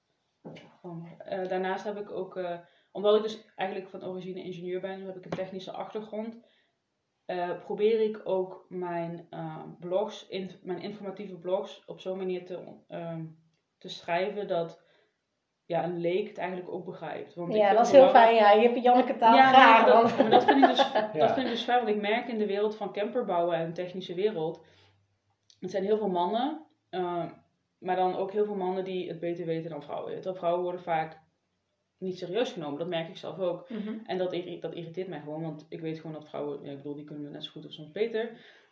ik ook, omdat ik dus eigenlijk van origine ingenieur ben, heb ik een technische achtergrond, probeer ik ook mijn blogs, mijn informatieve blogs op zo'n manier te schrijven dat een leek het eigenlijk ook begrijpt. Want ik Ja, vind dat is het heel belangrijk- fijn. Ja, je hebt Janneke taal ja, graag. nee, want- maar dat vind ik dus, Ja. dat vind ik dus fijn, want ik merk in de wereld van camperbouwen en de technische wereld, het zijn heel veel mannen, maar dan ook heel veel mannen die het beter weten dan vrouwen. Vrouwen worden vaak niet serieus genomen, dat merk ik zelf ook. Mhm. En dat irriteert mij gewoon, want ik weet gewoon dat vrouwen, ja, ik bedoel, die kunnen het net zo goed of soms beter.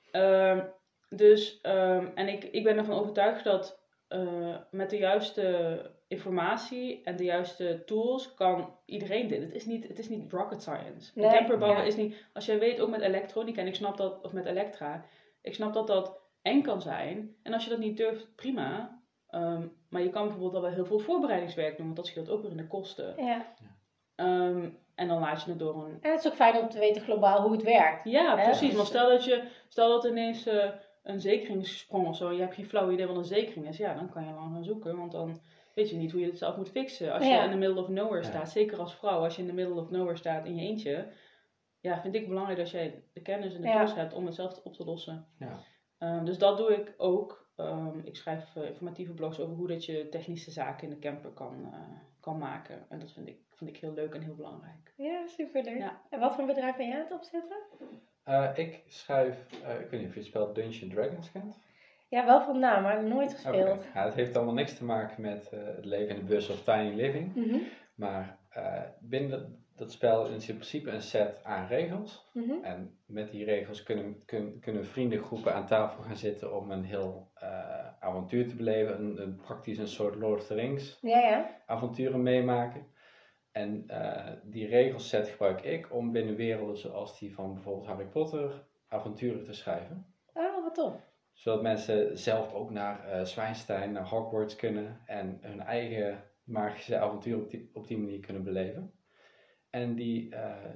En ik ben ervan overtuigd dat met de juiste informatie en de juiste tools kan iedereen dit. Het is niet rocket science. Nee, Camperbouwen ja. is niet, als jij weet, ook met elektronica, en ik snap dat, of met elektra, ik snap dat dat eng kan zijn. En als je dat niet durft, prima. Maar je kan bijvoorbeeld al wel heel veel voorbereidingswerk doen, want dat scheelt ook weer in de kosten. Ja. En dan laat je het door een... En het is ook fijn om te weten globaal hoe het werkt. Ja, Hè? precies. Dus- Maar stel dat ineens een zekering is gesprongen of zo, en je hebt geen flauw idee wat een zekering is, ja, dan kan je wel gaan zoeken, want dan weet je niet hoe je het zelf moet fixen. Als je Ja. in the middle of nowhere Ja. staat, zeker als vrouw, als je in the middle of nowhere staat in je eentje, ja, vind ik belangrijk dat jij de kennis en de Ja. tools hebt om het zelf op te lossen. Ja. Dus dat doe ik ook. Ik schrijf informatieve blogs over hoe dat je technische zaken in de camper kan maken. En dat vind ik heel leuk en heel belangrijk. Ja, superleuk. Ja. En wat voor een bedrijf ben jij aan het opzetten? Ik schrijf, ik weet niet of je het spel Dungeons & Dragons kent. Ja, wel van naam, maar nooit gespeeld. Oké. Ja, het heeft allemaal niks te maken met het leven in de bus of tiny living. Mhm. Maar binnen dat spel is in principe een set aan regels. Mhm. En met die regels kunnen vriendengroepen aan tafel gaan zitten om een heel avontuur te beleven. Praktisch een soort Lord of the Rings Ja. avonturen meemaken. En die regelset gebruik ik om binnen werelden zoals die van bijvoorbeeld Harry Potter avonturen te schrijven. Oh, wat tof. Zodat mensen zelf ook naar Zwijnstein, naar Hogwarts kunnen en hun eigen magische avontuur op die manier kunnen beleven. En die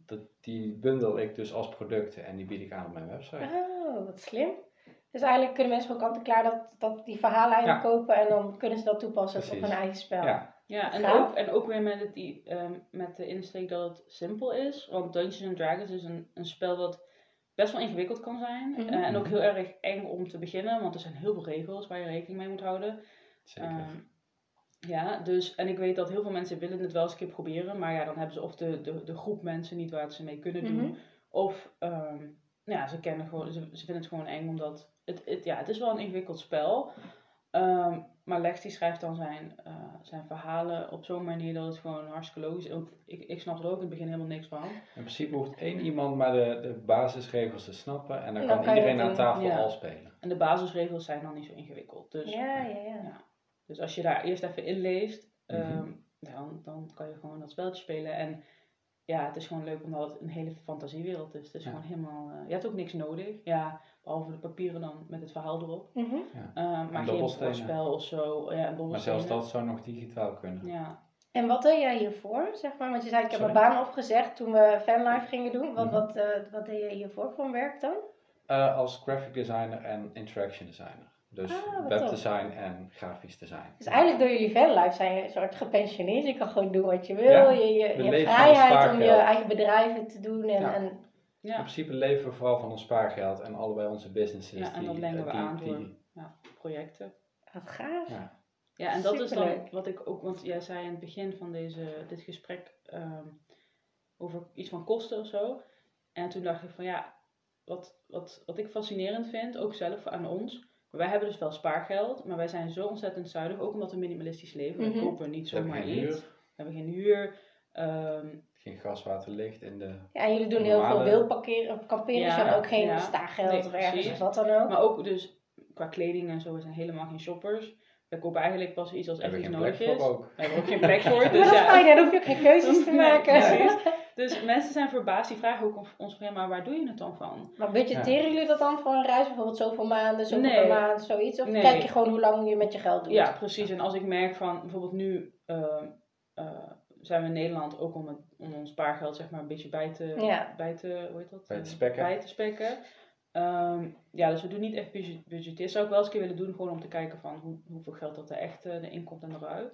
die bundel ik dus als producten en die bied ik aan op mijn website. Oh, wat slim. Dus eigenlijk kunnen mensen van kant-en-klaar dat die verhaallijnen kopen en dan kunnen ze dat toepassen op hun eigen spel. Ja, en ook weer met de insteek dat het simpel is. Want Dungeons & Dragons is een spel dat best wel ingewikkeld kan zijn. En ook heel erg eng om te beginnen, want er zijn heel veel regels waar je rekening mee moet houden. Zeker. Dus, en ik weet dat heel veel mensen willen het wel eens een keer proberen, maar dan hebben ze of de groep mensen niet waar ze mee kunnen doen. Of ze vinden het gewoon eng, omdat het is wel een ingewikkeld spel. Maar Lex die schrijft dan zijn verhalen op zo'n manier dat het gewoon hartstikke logisch is. Want ik snap er ook in het begin helemaal niks van. In principe hoeft 1 iemand maar de basisregels te snappen en dan kan iedereen aan tafel al spelen. En de basisregels zijn dan niet zo ingewikkeld. Dus, dus als je daar eerst even inleest, dan kan je gewoon dat spelletje spelen. En ja, het is gewoon leuk omdat het een hele fantasiewereld is. Het is gewoon helemaal... je hebt ook niks nodig. Ja, behalve de papieren dan met het verhaal erop. Maar geen spel of zo. Ja, maar zelfs dat zou nog digitaal kunnen. Ja. En wat deed jij hiervoor, zeg maar? Want je zei, ik heb mijn baan opgezegd toen we Fanlife gingen doen. Wat deed je hiervoor voor een werk dan? Als graphic designer en interaction designer. Dus webdesign en grafisch design. Dus eigenlijk door jullie Fanlife zijn je een soort gepensioneerd. Je kan gewoon doen wat je wil. Ja, je hebt vrijheid om je eigen bedrijven te doen. En in principe leven we vooral van ons spaargeld en allebei onze businesses. Ja, en dat lengen we aan door projecten. Wat gaaf. Ja, en dat is dan wat ik ook, want jij zei in het begin van dit gesprek over iets van kosten of zo. En toen dacht ik van wat ik fascinerend vind, ook zelf aan ons. Wij hebben dus wel spaargeld, maar wij zijn zo ontzettend zuinig, ook omdat we minimalistisch leven. We kopen niet zomaar iets. We hebben geen huur. Geen gas, water, licht in de... Ja, en jullie doen heel veel wildkamperen, en ook geen staageld of ergens of wat dan ook. Maar ook dus qua kleding en zo, we zijn helemaal geen shoppers. We kopen eigenlijk pas iets als echt iets nodig is. We hebben ook geen plek voor. Dus dat is fijn, dan hoef je ook geen keuzes te maken. Dus mensen zijn verbaasd, die vragen ook ons van, maar waar doe je het dan van? Maar budgetteren jullie dat dan voor een reis? Bijvoorbeeld zoveel maanden, zoveel per maand, zoiets? Of kijk je gewoon hoe lang je met je geld doet? Ja, precies. En als ik merk van, bijvoorbeeld nu zijn we in Nederland ook om ons spaargeld zeg maar een beetje bij te spekken. Dus we doen niet echt budgetteren. Zou ik wel eens een keer willen doen, gewoon om te kijken van hoeveel geld dat er echt erin komt en eruit.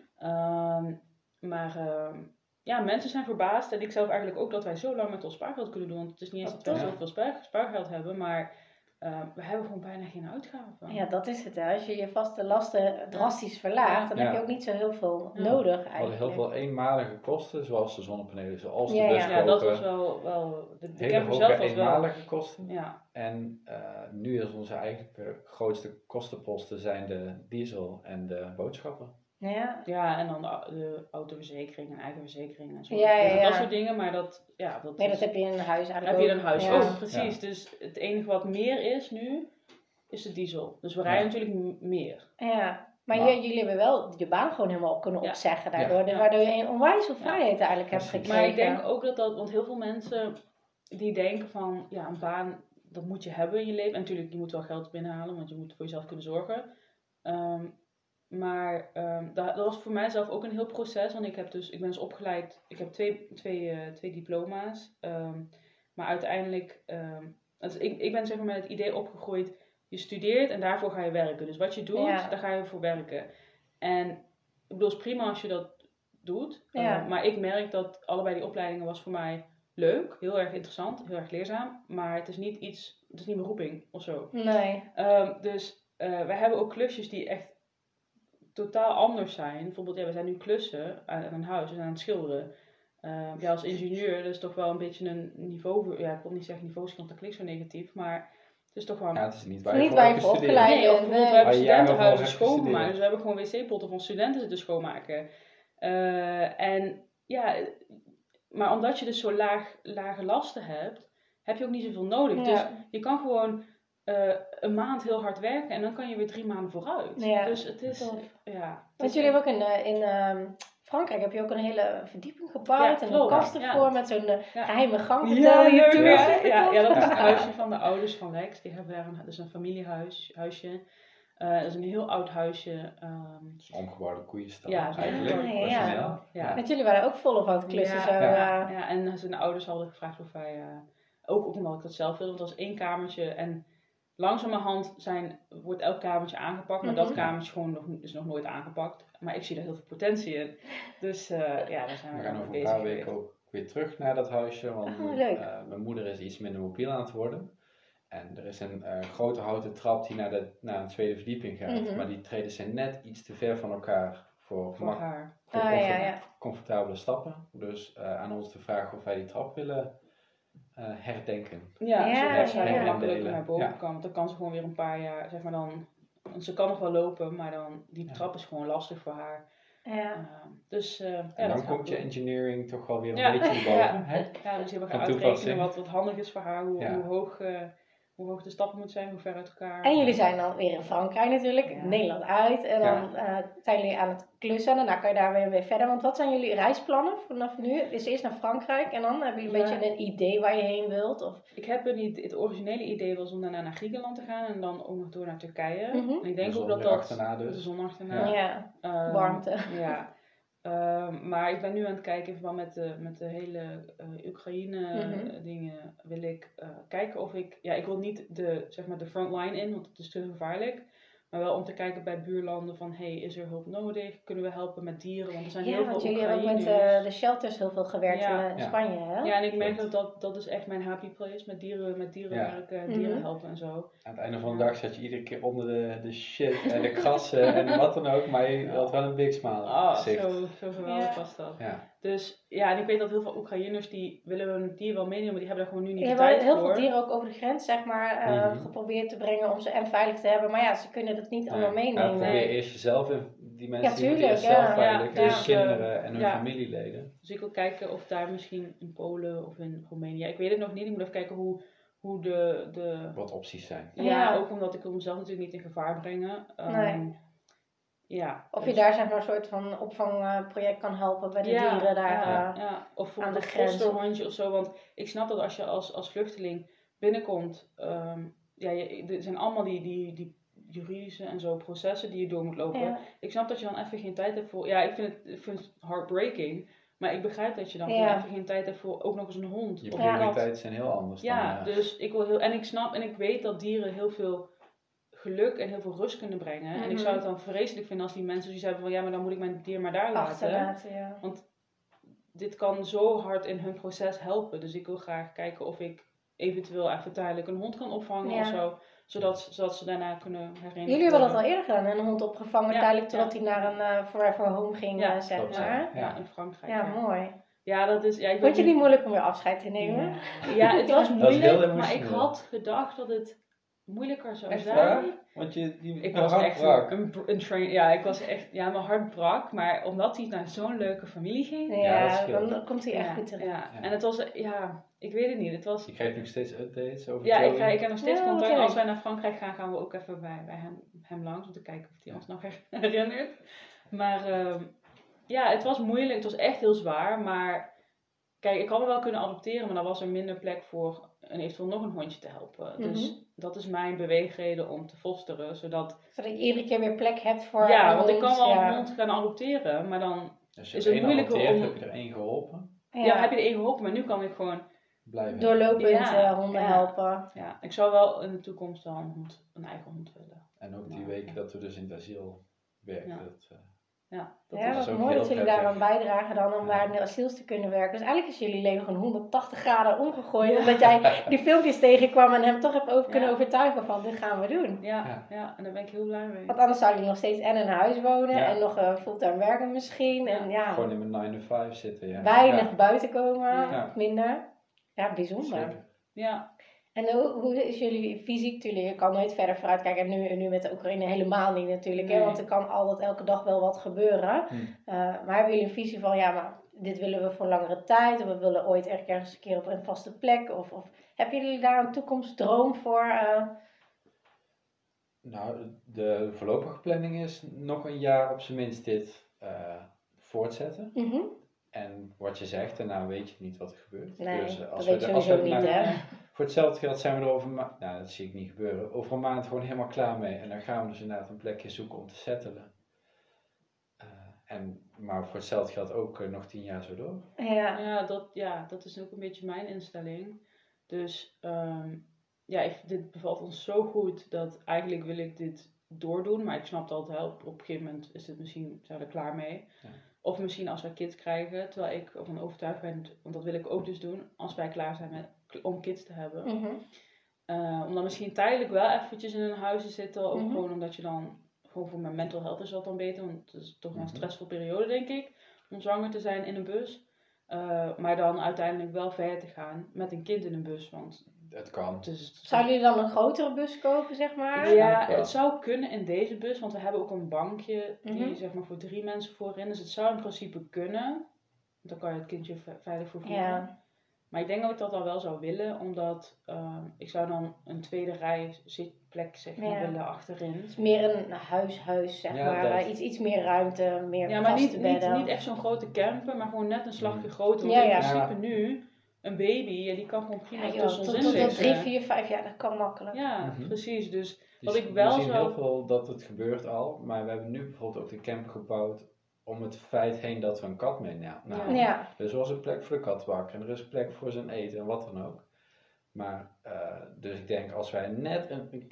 Mensen zijn verbaasd en ik zelf eigenlijk ook dat wij zo lang met ons spaargeld kunnen doen. Want het is niet eens dat wij zoveel spaargeld hebben, maar we hebben gewoon bijna geen uitgaven. Ja, dat is het. Hè. Als je je vaste lasten drastisch verlaagt, dan heb je ook niet zo heel veel nodig eigenlijk. We hadden heel veel eenmalige kosten, zoals de zonnepanelen, zoals de bus kopen. Ja, dat was wel de hele hoge eenmalige kosten. Ja. En nu is onze eigenlijk grootste kostenposten zijn de diesel en de boodschappen. Ja, en dan de autoverzekering en eigen verzekering en zo. Dat soort dingen, maar dat heb je in een huis eigenlijk heb je in een huis ook, precies. Ja. Dus het enige wat meer is nu, is de diesel. Dus we rijden natuurlijk meer. Ja, maar jullie hebben wel je baan gewoon helemaal kunnen opzeggen daardoor. Waardoor je een onwijs veel vrijheid eigenlijk hebt gekregen. Maar ik denk ook dat want heel veel mensen die denken van, een baan, dat moet je hebben in je leven. En natuurlijk, je moet wel geld binnenhalen, want je moet voor jezelf kunnen zorgen. Maar dat was voor mijzelf ook een heel proces, want ik ben dus opgeleid, ik heb twee diploma's, maar uiteindelijk, ik ben zeg maar met het idee opgegroeid, je studeert en daarvoor ga je werken. Dus wat je doet, daar ga je voor werken. En ik bedoel, het is prima als je dat doet, maar ik merk dat allebei die opleidingen was voor mij leuk, heel erg interessant, heel erg leerzaam, maar het is niet mijn roeping of zo. Nee. Dus wij hebben ook klusjes die echt totaal anders zijn. Bijvoorbeeld, we zijn nu klussen aan een huis, we zijn aan het schilderen. Als ingenieur, dat is toch wel een beetje een niveau, ik wil niet zeggen niveauverschil, dat klinkt zo negatief, maar het is toch wel... Ja, het is niet waar je voor opgeleid bent. We hebben studentenhuizen schoongemaakt, dus we hebben gewoon wc-potten van studenten zitten schoonmaken. Maar omdat je dus zo lage lasten hebt, heb je ook niet zoveel nodig. Ja. Dus je kan gewoon een maand heel hard werken en dan kan je weer 3 maanden vooruit. Ja. Dus het is... Want jullie hebben ook in Frankrijk heb je ook een hele verdieping gebouwd en een kast ervoor met zo'n geheime gang. Vertel je toe. Ja, dat is het huisje van de ouders van Lex. Die hebben daar dus een familiehuisje. Dat is een heel oud huisje. Het is een omgebouwde koeienstal Ja, eigenlijk. ja. Origineel. Ja. Want jullie waren ook volop aan het klussen. Ja, Zo, ja, en zijn ouders hadden gevraagd of wij, ook omdat ik dat zelf wilde, want het was 1 kamertje en langzamerhand wordt elk kamertje aangepakt, maar dat kamertje is nog nooit aangepakt. Maar ik zie daar heel veel potentie in. Dus daar zijn We we gaan dan over mee een bezig paar weken geweest. ook weer terug naar dat huisje, want leuk. mijn moeder is iets minder mobiel aan het worden. En er is een grote houten trap die naar een tweede verdieping gaat, maar die treden zijn net iets te ver van elkaar voor haar. comfortabele stappen. Dus aan ons de vraag of wij die trap willen herdenken. Ja, zodat zij ja. makkelijker naar boven Ja. kan. Want dan kan ze gewoon weer een paar jaar, zeg maar dan, want ze kan nog wel lopen, maar dan, die trap is gewoon lastig voor haar. Dus en dan komt je engineering toch wel weer een beetje naar boven. Hè? Ja, dus je gaan Van uitrekenen wat handig is voor haar, hoe hoog de stappen moeten zijn, hoe ver uit elkaar. En jullie zijn dan weer in Frankrijk natuurlijk, Nederland uit. En dan zijn jullie aan het klussen en daarna kan je daar weer verder. Want wat zijn jullie reisplannen vanaf nu? Dus eerst naar Frankrijk en dan hebben jullie een beetje een idee waar je heen wilt? Of? Ik heb het originele idee was om daarna naar Griekenland te gaan en dan ook nog door naar Turkije. En ik denk ook dat de zon achterna. Ja, warmte. Ja. Maar ik ben nu aan het kijken in verband met de hele Oekraïne dingen wil ik kijken of ik wil niet de frontline in, want het is te gevaarlijk. Maar wel om te kijken bij buurlanden van, is er hulp nodig? Kunnen we helpen met dieren? Want er zijn heel veel Oekraïners. Jullie hebben ook met de shelters heel veel gewerkt in Spanje, hè? Ja, en ik merk dat is echt mijn happy place, met dieren werken, dieren helpen en zo. Aan het einde van de dag zat je iedere keer onder de shit en de krassen en wat dan ook, maar je had wel een big smile. Zo geweldig was dat. Ja. Dus en ik weet dat heel veel Oekraïners die willen hun dier wel meenemen, maar die hebben daar gewoon nu niet de tijd voor. Heel veel dieren ook over de grens, zeg maar, geprobeerd te brengen om ze veilig te hebben. Maar ze kunnen dat niet allemaal meenemen. Probeer eerst jezelf en die mensen die moeten eerst zelf veilig. Dus kinderen en hun familieleden. Dus ik wil kijken of daar misschien in Polen of in Roemenië, ik weet het nog niet, ik moet even kijken hoe de... Wat opties zijn. Ja, ook omdat ik mezelf natuurlijk niet in gevaar brengen. Of je daar zeg maar een soort van opvangproject kan helpen bij de dieren daar of voor aan de een grens. fosterhondje of zo. Want ik snap dat als je als vluchteling binnenkomt, er zijn allemaal die juridische en zo processen die je door moet lopen. Ja. Ik snap dat je dan even geen tijd hebt voor... Ja, ik vind het heartbreaking. Maar ik begrijp dat je dan even geen tijd hebt voor ook nog eens een hond. Je prioriteiten zijn heel anders dan... Dus ik wil heel... En ik snap en ik weet dat dieren heel veel geluk en heel veel rust kunnen brengen. En ik zou het dan vreselijk vinden als die mensen zoiets hebben van... Ja, maar dan moet ik mijn dier maar daar laten. Want dit kan zo hard in hun proces helpen. Dus ik wil graag kijken of ik eventueel even tijdelijk een hond kan opvangen of zo. Zodat ze daarna kunnen herinneren. Jullie hebben dat al eerder gedaan, een hond opgevangen tijdelijk totdat hij naar een forever home ging, zeg maar. Ja, in Frankrijk. Ja, mooi. Ja, dat is... Ja, vond je niet moeilijk om weer afscheid te nemen? Ja, het was moeilijk, maar ik had gedacht dat het moeilijker zou zijn. Waar? Want ik was echt een train. Ja, ik was echt... Ja, mijn hart brak, maar omdat hij naar zo'n leuke familie ging... Ja, dan komt hij echt goed terug. Ja. En het was... Ja, ik weet het niet. Het was... Je krijgt nog steeds updates over Joey? Ik heb nog steeds contact. Als wij naar Frankrijk gaan, gaan we ook even bij hem langs om te kijken of hij ons nog herinnert. Maar het was moeilijk. Het was echt heel zwaar. Maar kijk, ik had me wel kunnen adopteren, maar dan was er minder plek voor eventueel nog een hondje te helpen. Dus dat is mijn beweegreden om te fosteren, zodat je iedere keer weer plek hebt voor want ik kan wel een hond gaan adopteren, maar dan is het moeilijker om... Heb je er 1 geholpen? Ja, heb je er 1 geholpen, maar nu kan ik gewoon blijven doorlopend honden helpen. Ja, ik zou wel in de toekomst wel een eigen hond willen. En ook die weken dat we dus in het asiel werken. Dat is mooi dat jullie daaraan bijdragen dan om daar in de asiels te kunnen werken. Dus eigenlijk is jullie leven gewoon 180 graden omgegooid. Omdat jij die filmpjes tegenkwam en hem toch hebt kunnen overtuigen van dit gaan we doen. Ja, en daar ben ik heel blij mee. Want anders zou je nog steeds in huis wonen en nog fulltime werken misschien. En gewoon in mijn 9-to-5 zitten. Weinig buiten komen, of minder. Ja, bijzonder. Zeker. Ja. En hoe is jullie fysiek? Je kan nooit verder vooruit kijken. En nu met de Oekraïne helemaal niet natuurlijk. Nee. Hè? Want er kan altijd elke dag wel wat gebeuren. Maar hebben jullie een visie van... Ja, maar dit willen we voor langere tijd. Of we willen ooit ergens een keer op een vaste plek. Of hebben jullie daar een toekomstdroom voor? Nou, de voorlopige planning is nog een jaar op zijn minst dit voortzetten. En wat je zegt, daarna weet je niet wat er gebeurt. Nee, dus dat weet je sowieso niet, hè? voor hetzelfde geld zijn we er nou dat zie ik niet gebeuren, over een maand gewoon helemaal klaar mee. En dan gaan we dus inderdaad een plekje zoeken om te settelen. Maar voor hetzelfde geld ook nog 10 jaar zo door. Dat is ook een beetje mijn instelling. Dus dit bevalt ons zo goed dat eigenlijk wil ik dit doordoen. Maar ik snap dat op een gegeven moment is het misschien, zijn we er klaar mee. Ja. Of misschien als wij kids krijgen, terwijl ik ervan overtuigd ben, want dat wil ik ook dus doen, als wij klaar zijn om kids te hebben. Om dan misschien tijdelijk wel eventjes in een huis te zitten, ook gewoon omdat je dan, gewoon voor mijn mental health is dat dan beter, want het is toch een stressvolle periode denk ik, om zwanger te zijn in een bus. Maar dan uiteindelijk wel verder te gaan met een kind in een bus, want het kan. Zouden jullie dan een grotere bus kopen, zeg maar? Ja, het zou kunnen in deze bus, want we hebben ook een bankje die zeg maar voor 3 mensen voorin. Dus het zou in principe kunnen. Dan kan je het kindje veilig vervoeren. Ja. Maar ik denk dat ik dat al wel zou willen, omdat ik zou dan een tweede rij zitplek zeg maar willen achterin. Het is meer een huis zeg maar. Iets meer ruimte, meer vaste bedden. Niet echt zo'n grote camper, maar gewoon net een slagje groter. Want in principe nu, een baby, die kan gewoon prima tussen ons in zitten. Tot 3, 4, 5 jaar, dat kan makkelijk. Ja, precies. Dus wat ik wel we zien heel veel dat het gebeurt al, maar we hebben nu bijvoorbeeld ook de camper gebouwd om het feit heen dat we een kat meenamen. Ja. Dus er was een plek voor de katbak en er is plek voor zijn eten en wat dan ook. Maar, dus ik denk als wij net een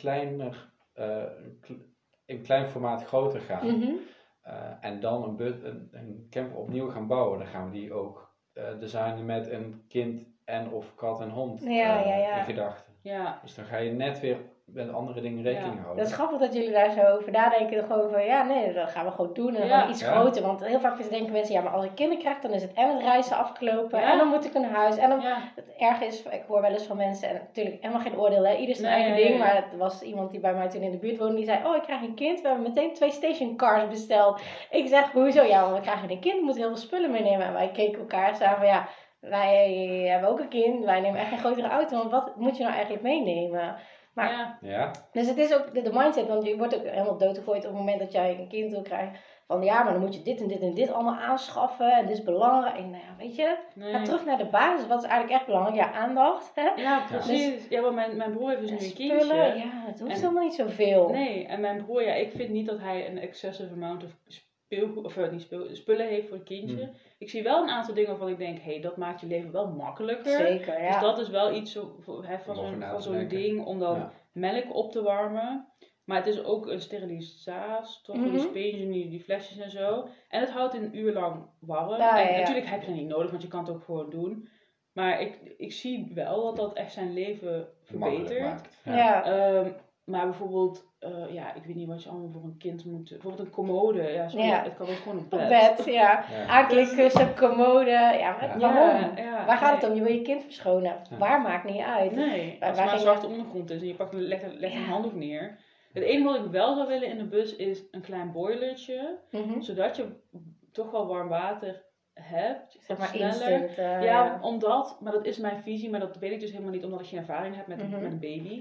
klein formaat groter gaan en dan een camper opnieuw gaan bouwen, dan gaan we die ook designen met een kind en of kat en hond in gedachten. Ja. Dus dan ga je net weer met andere dingen rekening houden. Dat is grappig dat jullie daar zo over nadenken. Gewoon van, dat gaan we gewoon doen. En dan gaan we iets groter. Want heel vaak denken mensen, maar als ik kinderen krijg, dan is het en het reizen afgelopen. En dan moet ik een huis. En dan, het erg is, ik hoor wel eens van mensen, en natuurlijk helemaal geen oordeel, hè. Ieder zijn eigen ding. Maar er was iemand die bij mij toen in de buurt woonde, die zei, ik krijg een kind. We hebben meteen 2 stationcars besteld. Ik zeg, hoezo? Ja, want we krijgen een kind, we moeten heel veel spullen meenemen. En wij keken elkaar samen van, wij hebben ook een kind. Wij nemen echt een grotere auto. Want wat moet je nou eigenlijk meenemen? Maar, dus het is ook de mindset, want je wordt ook helemaal doodgegooid op het moment dat jij een kind wil krijgen. Van maar dan moet je dit en dit en dit allemaal aanschaffen en dit is belangrijk. En weet je, ga terug naar de basis. Wat is eigenlijk echt belangrijk? Ja, aandacht. Hè? Ja, precies. Dus, want mijn broer heeft dus nu een kindje. Ja, het hoeft helemaal niet zoveel. Nee, en mijn broer, ik vind niet dat hij een excessive amount of spullen heeft voor het kindje. Ik zie wel een aantal dingen waarvan ik denk, dat maakt je leven wel makkelijker. Zeker, ja. Dus dat is wel iets van zo'n ding om dan melk op te warmen. Maar het is ook een sterilisator, die speentjes, die flesjes en zo. En het houdt een uur lang warm. En natuurlijk heb je dat niet nodig, want je kan het ook gewoon doen. Maar ik zie wel dat echt zijn leven verbetert. Maar bijvoorbeeld, ik weet niet wat je allemaal voor een kind moet... Bijvoorbeeld een commode. Het kan ook gewoon een bed. Aanklikkussen, commode. Waarom? Waar gaat het om? Je wil je kind verschonen. Ja. Waar maakt niet uit. Nee, als er maar een zachte ondergrond is en je legt een handdoek neer. Het enige wat ik wel zou willen in de bus is een klein boilertje. Zodat je toch wel warm water hebt. Zeg maar sneller. Instant. Omdat, maar dat is mijn visie, maar dat weet ik dus helemaal niet omdat ik geen ervaring heb met een baby.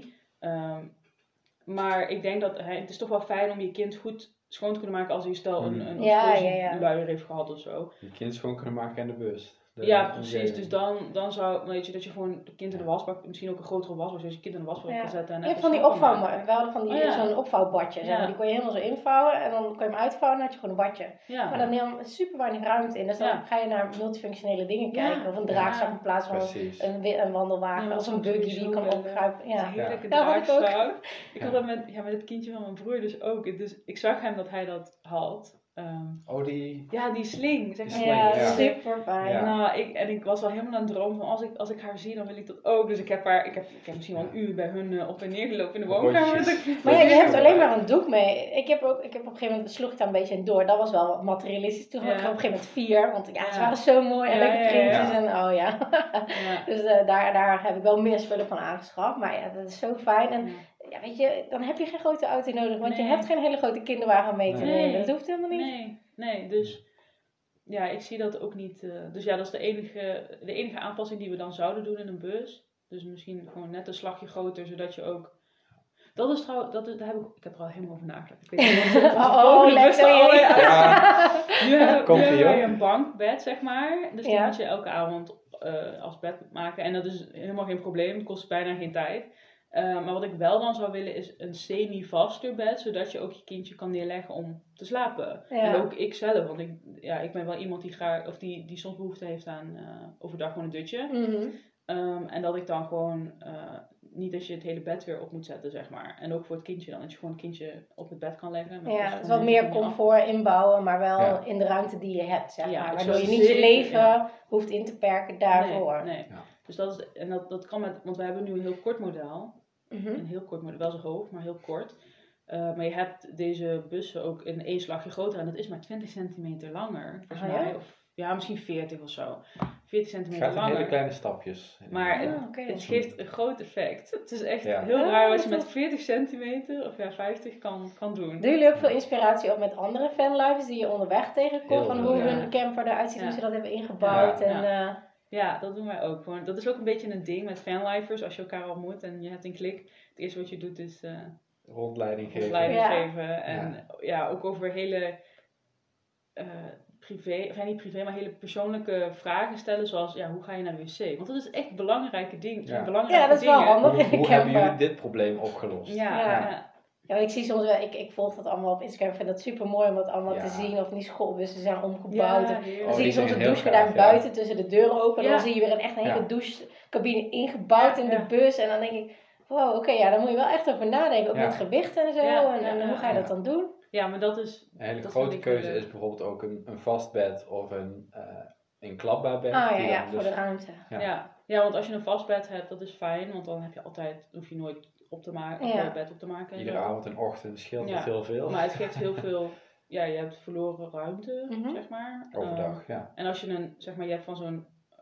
Maar ik denk dat het is toch wel fijn om je kind goed schoon te kunnen maken als hij een luier heeft gehad of zo. Je kind schoon kunnen maken in de bus. Precies. Dus dan zou, weet je, dat je gewoon het kind in de wasbak, misschien ook een grotere wasbak, zoals je kind in de wasbak kan zetten. En van die opvouwbak. We hadden van zo'n opvouwbadje. Zeg maar. Die kon je helemaal zo invouwen en dan kon je hem uitvouwen en dan had je gewoon een badje. Ja. Maar dan neem je super weinig ruimte in. Dus dan ga je naar multifunctionele dingen kijken. Of een draagzak in plaats van een wandelwagen. Of een buggy die je kan opkruipen. Ja. Een heerlijke draagzak. Ik had dat met het kindje van mijn broer dus ook. Dus ik zag hem dat hij dat had. Die sling. Zeg maar. Super fijn. Ja. Ik was wel helemaal aan het dromen van als ik haar zie, dan wil ik dat ook. Dus ik heb misschien wel een uur bij hun op en neer gelopen in de woonkamer. Maar je hebt alleen maar een doek mee. Ik heb op een gegeven moment sloeg ik daar een beetje in door. Dat was wel wat materialistisch. Toen had ik op een gegeven moment 4. Want ze waren zo mooi en lekker printjes. En Dus daar heb ik wel meer spullen van aangeschaft. Maar dat is zo fijn. En weet je, dan heb je geen grote auto nodig. Want je hebt geen hele grote kinderwagen mee te nemen. Dat hoeft helemaal niet. Nee, dus ik zie dat ook niet. Dus dat is de enige aanpassing die we dan zouden doen in een bus. Dus misschien gewoon net een slagje groter, zodat je ook... Dat is trouwens, ik heb er al helemaal over nagedacht. Ik weet niet lekker. Nu hebben we een bankbed, zeg maar. Dus dan had je elke avond als bed maken. En dat is helemaal geen probleem. Het kost bijna geen tijd. Maar wat ik wel dan zou willen is een semi-vaster bed. Zodat je ook je kindje kan neerleggen om te slapen. Ja. En ook ik zelf. Want ik ben wel iemand die graag, of die soms behoefte heeft aan overdag gewoon een dutje. En dat ik dan gewoon, niet dat je het hele bed weer op moet zetten, zeg maar. En ook voor het kindje dan, dat je gewoon het kindje op het bed kan leggen. Met Ja, het is wat meer comfort inbouwen, maar wel in de ruimte die je hebt, zeg maar. Waardoor je niet je leven hoeft in te perken daarvoor. Nee. Ja. Dus dat kan met, want we hebben nu een heel kort model. Een heel kort model, wel zo hoog, maar heel kort. Maar je hebt deze bussen ook in één slagje groter en het is maar 20 centimeter langer, volgens mij. Of misschien 40 of zo. 40 centimeter langer. Het gaat in hele kleine stapjes. Maar het geeft een groot effect. Het is echt heel raar wat je met 40 centimeter of 50 kan doen. Doen jullie ook veel inspiratie op met andere fanlifes die je onderweg tegenkomt? Van hoe hun camper eruit ziet, hoe ze dat hebben ingebouwd? Ja, dat doen wij ook. Gewoon. Dat is ook een beetje een ding met fanlifers. Als je elkaar ontmoet en je hebt een klik. Het eerste wat je doet is rondleiding geven. En ook over hele privé, of niet privé, maar hele persoonlijke vragen stellen. Zoals, hoe ga je naar de wc? Want dat is echt belangrijke dingen. Ja, dat is wel handig. Hoe hebben jullie dit probleem opgelost? Ja, ik zie soms wel, ik volg dat allemaal op Instagram. Ik vind dat super mooi om dat allemaal te zien. Of die schoolbussen zijn omgebouwd. Dan zie je soms een douchegordijn buiten tussen de deuren open. En dan zie je weer een hele douchecabine ingebouwd in de bus. En dan denk ik, wow, oké, daar moet je wel echt over nadenken. Ook met gewicht en zo. En hoe ga je dat dan doen? Ja, maar dat is... Een hele grote keuze is bijvoorbeeld ook een vast bed of een klapbaar bed. Voor de ruimte. Ja, want als je een vast bed hebt, dat is fijn. Want dan heb je altijd, hoef je nooit op te maken, bed op te maken. Iedere avond en ochtend scheelt het heel veel. Maar het geeft heel veel, je hebt verloren ruimte, zeg maar. Overdag, En als je je hebt van zo'n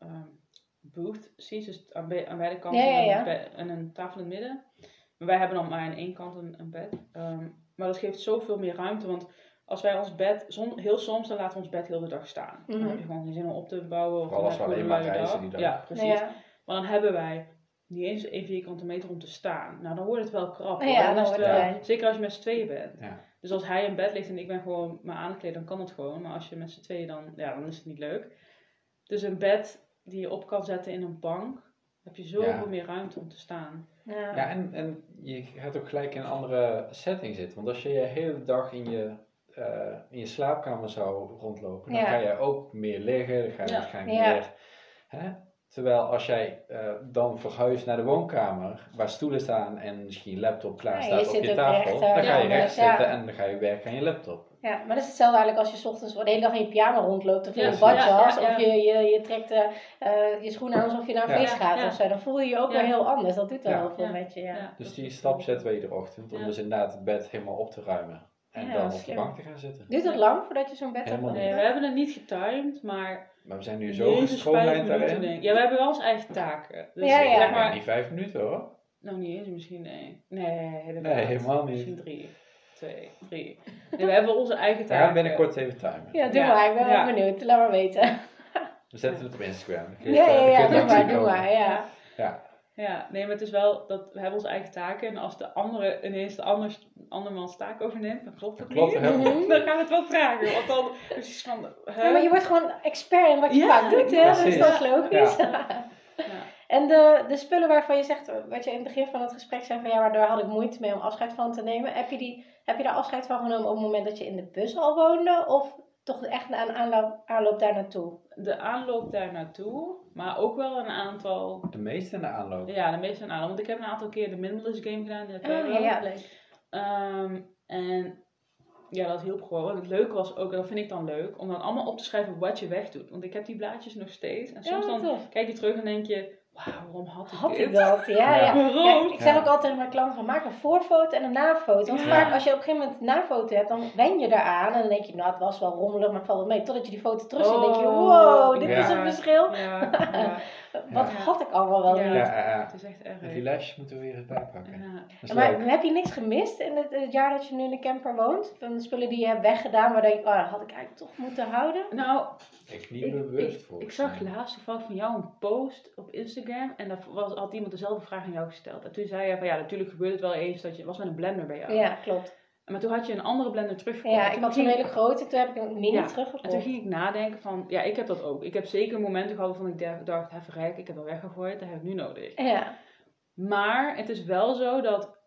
booth seats, dus aan beide kanten en een tafel in het midden. Maar wij hebben dan maar aan één kant een bed. Maar dat geeft zoveel meer ruimte, want als wij ons bed, heel soms, dan laten we ons bed heel de dag staan. Dan heb je gewoon geen zin om op te bouwen. Vooral als we alleen maar reizen die dag. Ja, precies. Maar dan hebben wij niet eens 1 vierkante meter om te staan. Nou, dan wordt het wel krap. Zeker als je met z'n tweeën bent. Ja. Dus als hij in bed ligt en ik ben gewoon maar aangekleed, dan kan het gewoon. Maar als je met z'n tweeën dan is het niet leuk. Dus een bed die je op kan zetten in een bank, heb je zoveel meer ruimte om te staan. Ja, en je gaat ook gelijk in een andere setting zitten. Want als je de hele dag in je slaapkamer zou rondlopen, dan ga je ook meer liggen, dan ga je waarschijnlijk meer... Hè? Terwijl als jij dan verhuist naar de woonkamer, waar stoelen staan en misschien je laptop klaar staat op je tafel, dan ga je recht zitten en dan ga je werken aan je laptop. Ja, maar dat is hetzelfde eigenlijk als je 's ochtends de hele dag in je pyjama rondloopt of in een badjas. Of je trekt je schoenen aan alsof je naar een feest gaat of zo. Dan voel je je ook weer heel anders. Dat doet wel heel veel met je. Ja. Dus die stap zetten we iedere ochtend om dus inderdaad het bed helemaal op te ruimen. En dan op de bank te gaan zitten. Duurt het lang voordat je zo'n bed hebt? Nee, we hebben het niet getimed, maar we zijn nu zo gestroomlijnd daarin. Ja, we hebben wel onze eigen taken. Dus zeg maar, niet 5 minuten hoor. Nou, niet eens, misschien Nee, helemaal niet. Misschien 3. 2, 3. Nee, we hebben onze eigen taken. We gaan binnenkort even timen. Ja, doe maar. Ik ben wel benieuwd. Laat maar weten. We zetten het op Instagram. Doe maar. Ja, nee, maar het is wel dat we hebben onze eigen taken en als de andere ineens de andermans taak overneemt, dan klopt het niet. Dan gaan we het wel vragen, want dan precies van... Ja, maar je wordt gewoon expert in wat je vaak doet, hè? Dus dat is logisch. En de spullen waarvan je zegt, wat je in het begin van het gesprek zei van daar had ik moeite mee om afscheid van te nemen. Heb je daar afscheid van genomen op het moment dat je in de bus al woonde? Of toch echt een aanloop daar naartoe? De aanloop daar naartoe, maar ook wel een aantal... De meeste in de aanloop? Ja, de meeste in de aanloop. Want ik heb een aantal keer de Minimalist Game gedaan. Ja, leuk. En ja, dat hielp gewoon. Het leuke was ook, en dat vind ik dan leuk, om dan allemaal op te schrijven wat je wegdoet. Want ik heb die blaadjes nog steeds. En soms dan kijk je terug en denk je... Wauw, waarom had ik dat? Ja. Ik zeg ook altijd tegen mijn klanten van maak een voorfoto en een nafoto. Want vaak als je op een gegeven moment een nafoto hebt, dan wen je eraan. En dan denk je, nou het was wel rommelig, maar het valt wel mee. Totdat je die foto terug ziet en denk je, wow, dit is een verschil. Wat had ik allemaal wel niet. Het is echt erg. Die lijstjes moeten we weer eens bijpakken. Maar heb je niks gemist in het jaar dat je nu in de camper woont? Van de spullen die je hebt weggedaan, waar je dat had ik eigenlijk toch moeten houden? Nou, ik niet bewust voor. Ik zag laatst toevallig van jou een post op Instagram en daar had iemand dezelfde vraag aan jou gesteld. En toen zei je van natuurlijk gebeurt het wel eens dat je was met een blender bij jou. Ja, klopt. Maar toen had je een andere blender teruggekocht. Ja, ik had zo'n hele grote, toen heb ik een mini En teruggekocht. toen ging ik nadenken van, ja, ik heb dat ook. Ik heb zeker momenten gehad waarvan ik dacht, even rijk, ik heb dat weggegooid, dat heb ik nu nodig. Ja. Maar het is wel zo dat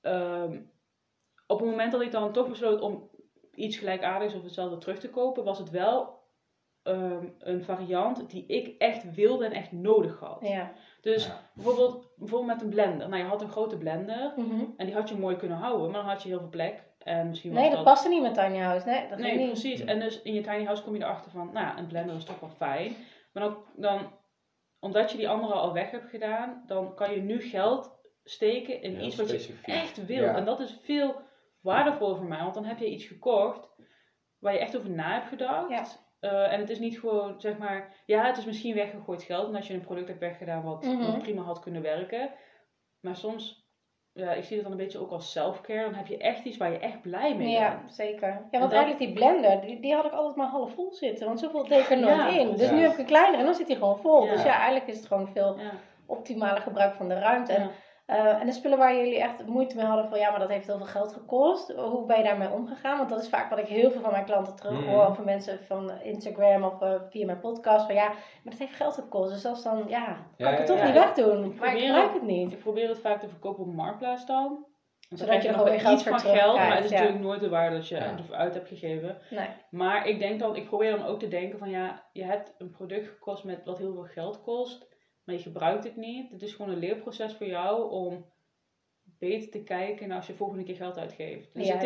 op het moment dat ik dan toch besloot om iets gelijkaardigs of hetzelfde terug te kopen, was het wel een variant die ik echt wilde en echt nodig had. Ja. Dus bijvoorbeeld met een blender. Nou, je had een grote blender Mhm. en die had je mooi kunnen houden, maar dan had je heel veel plek. En misschien was Nee, dat paste niet met Tiny House. Nee, dat ging niet. precies. En dus in je tiny house kom je erachter van, nou ja, een blender is toch wel fijn. Maar dan omdat je die andere al weg hebt gedaan, dan kan je nu geld steken in Heel iets wat specifiek. je echt wil. Ja. En dat is veel waardevoller voor mij, want dan heb je iets gekocht waar je echt over na hebt gedacht. Ja. En het is niet gewoon, zeg maar, ja, het is misschien weggegooid geld omdat je een product hebt weggedaan wat nog prima had kunnen werken. Maar soms, ja, ik zie het dan een beetje ook als self-care. Dan heb je echt iets waar je echt blij mee Ja, bent. zeker. Ja, want dat- eigenlijk die blender, die had ik altijd maar half vol zitten. Want zoveel deed ik er nooit Ja, in. Dus ja. nu heb ik een kleinere en dan zit hij gewoon vol. Ja. Dus ja, eigenlijk is het gewoon veel Ja. optimale gebruik van de ruimte. Ja. En de spullen waar jullie echt moeite mee hadden van ja, maar dat heeft heel veel geld gekost. Hoe ben je daarmee omgegaan? Want dat is vaak wat ik heel veel van mijn klanten terug hoor. Of van mensen van Instagram of via mijn podcast. Van ja, maar dat heeft geld gekost. Dus dat is dan, kan ik het toch ja, niet ik wegdoen. Maar ik gebruik het niet. Ik probeer het vaak te verkopen op Marktplaats dan. Want dan Zodat krijg je er nog gewoon wel weer iets geld van voor geld, maar terugkrijgt, het is ja. natuurlijk nooit de waarde dat je Ja. ervoor uit hebt gegeven. Nee. Maar ik probeer dan ook te denken van ja, je hebt een product gekost met wat heel veel geld kost, maar je gebruikt het niet. Het is gewoon een leerproces voor jou om beter te kijken naar als je volgende keer geld uitgeeft. Dus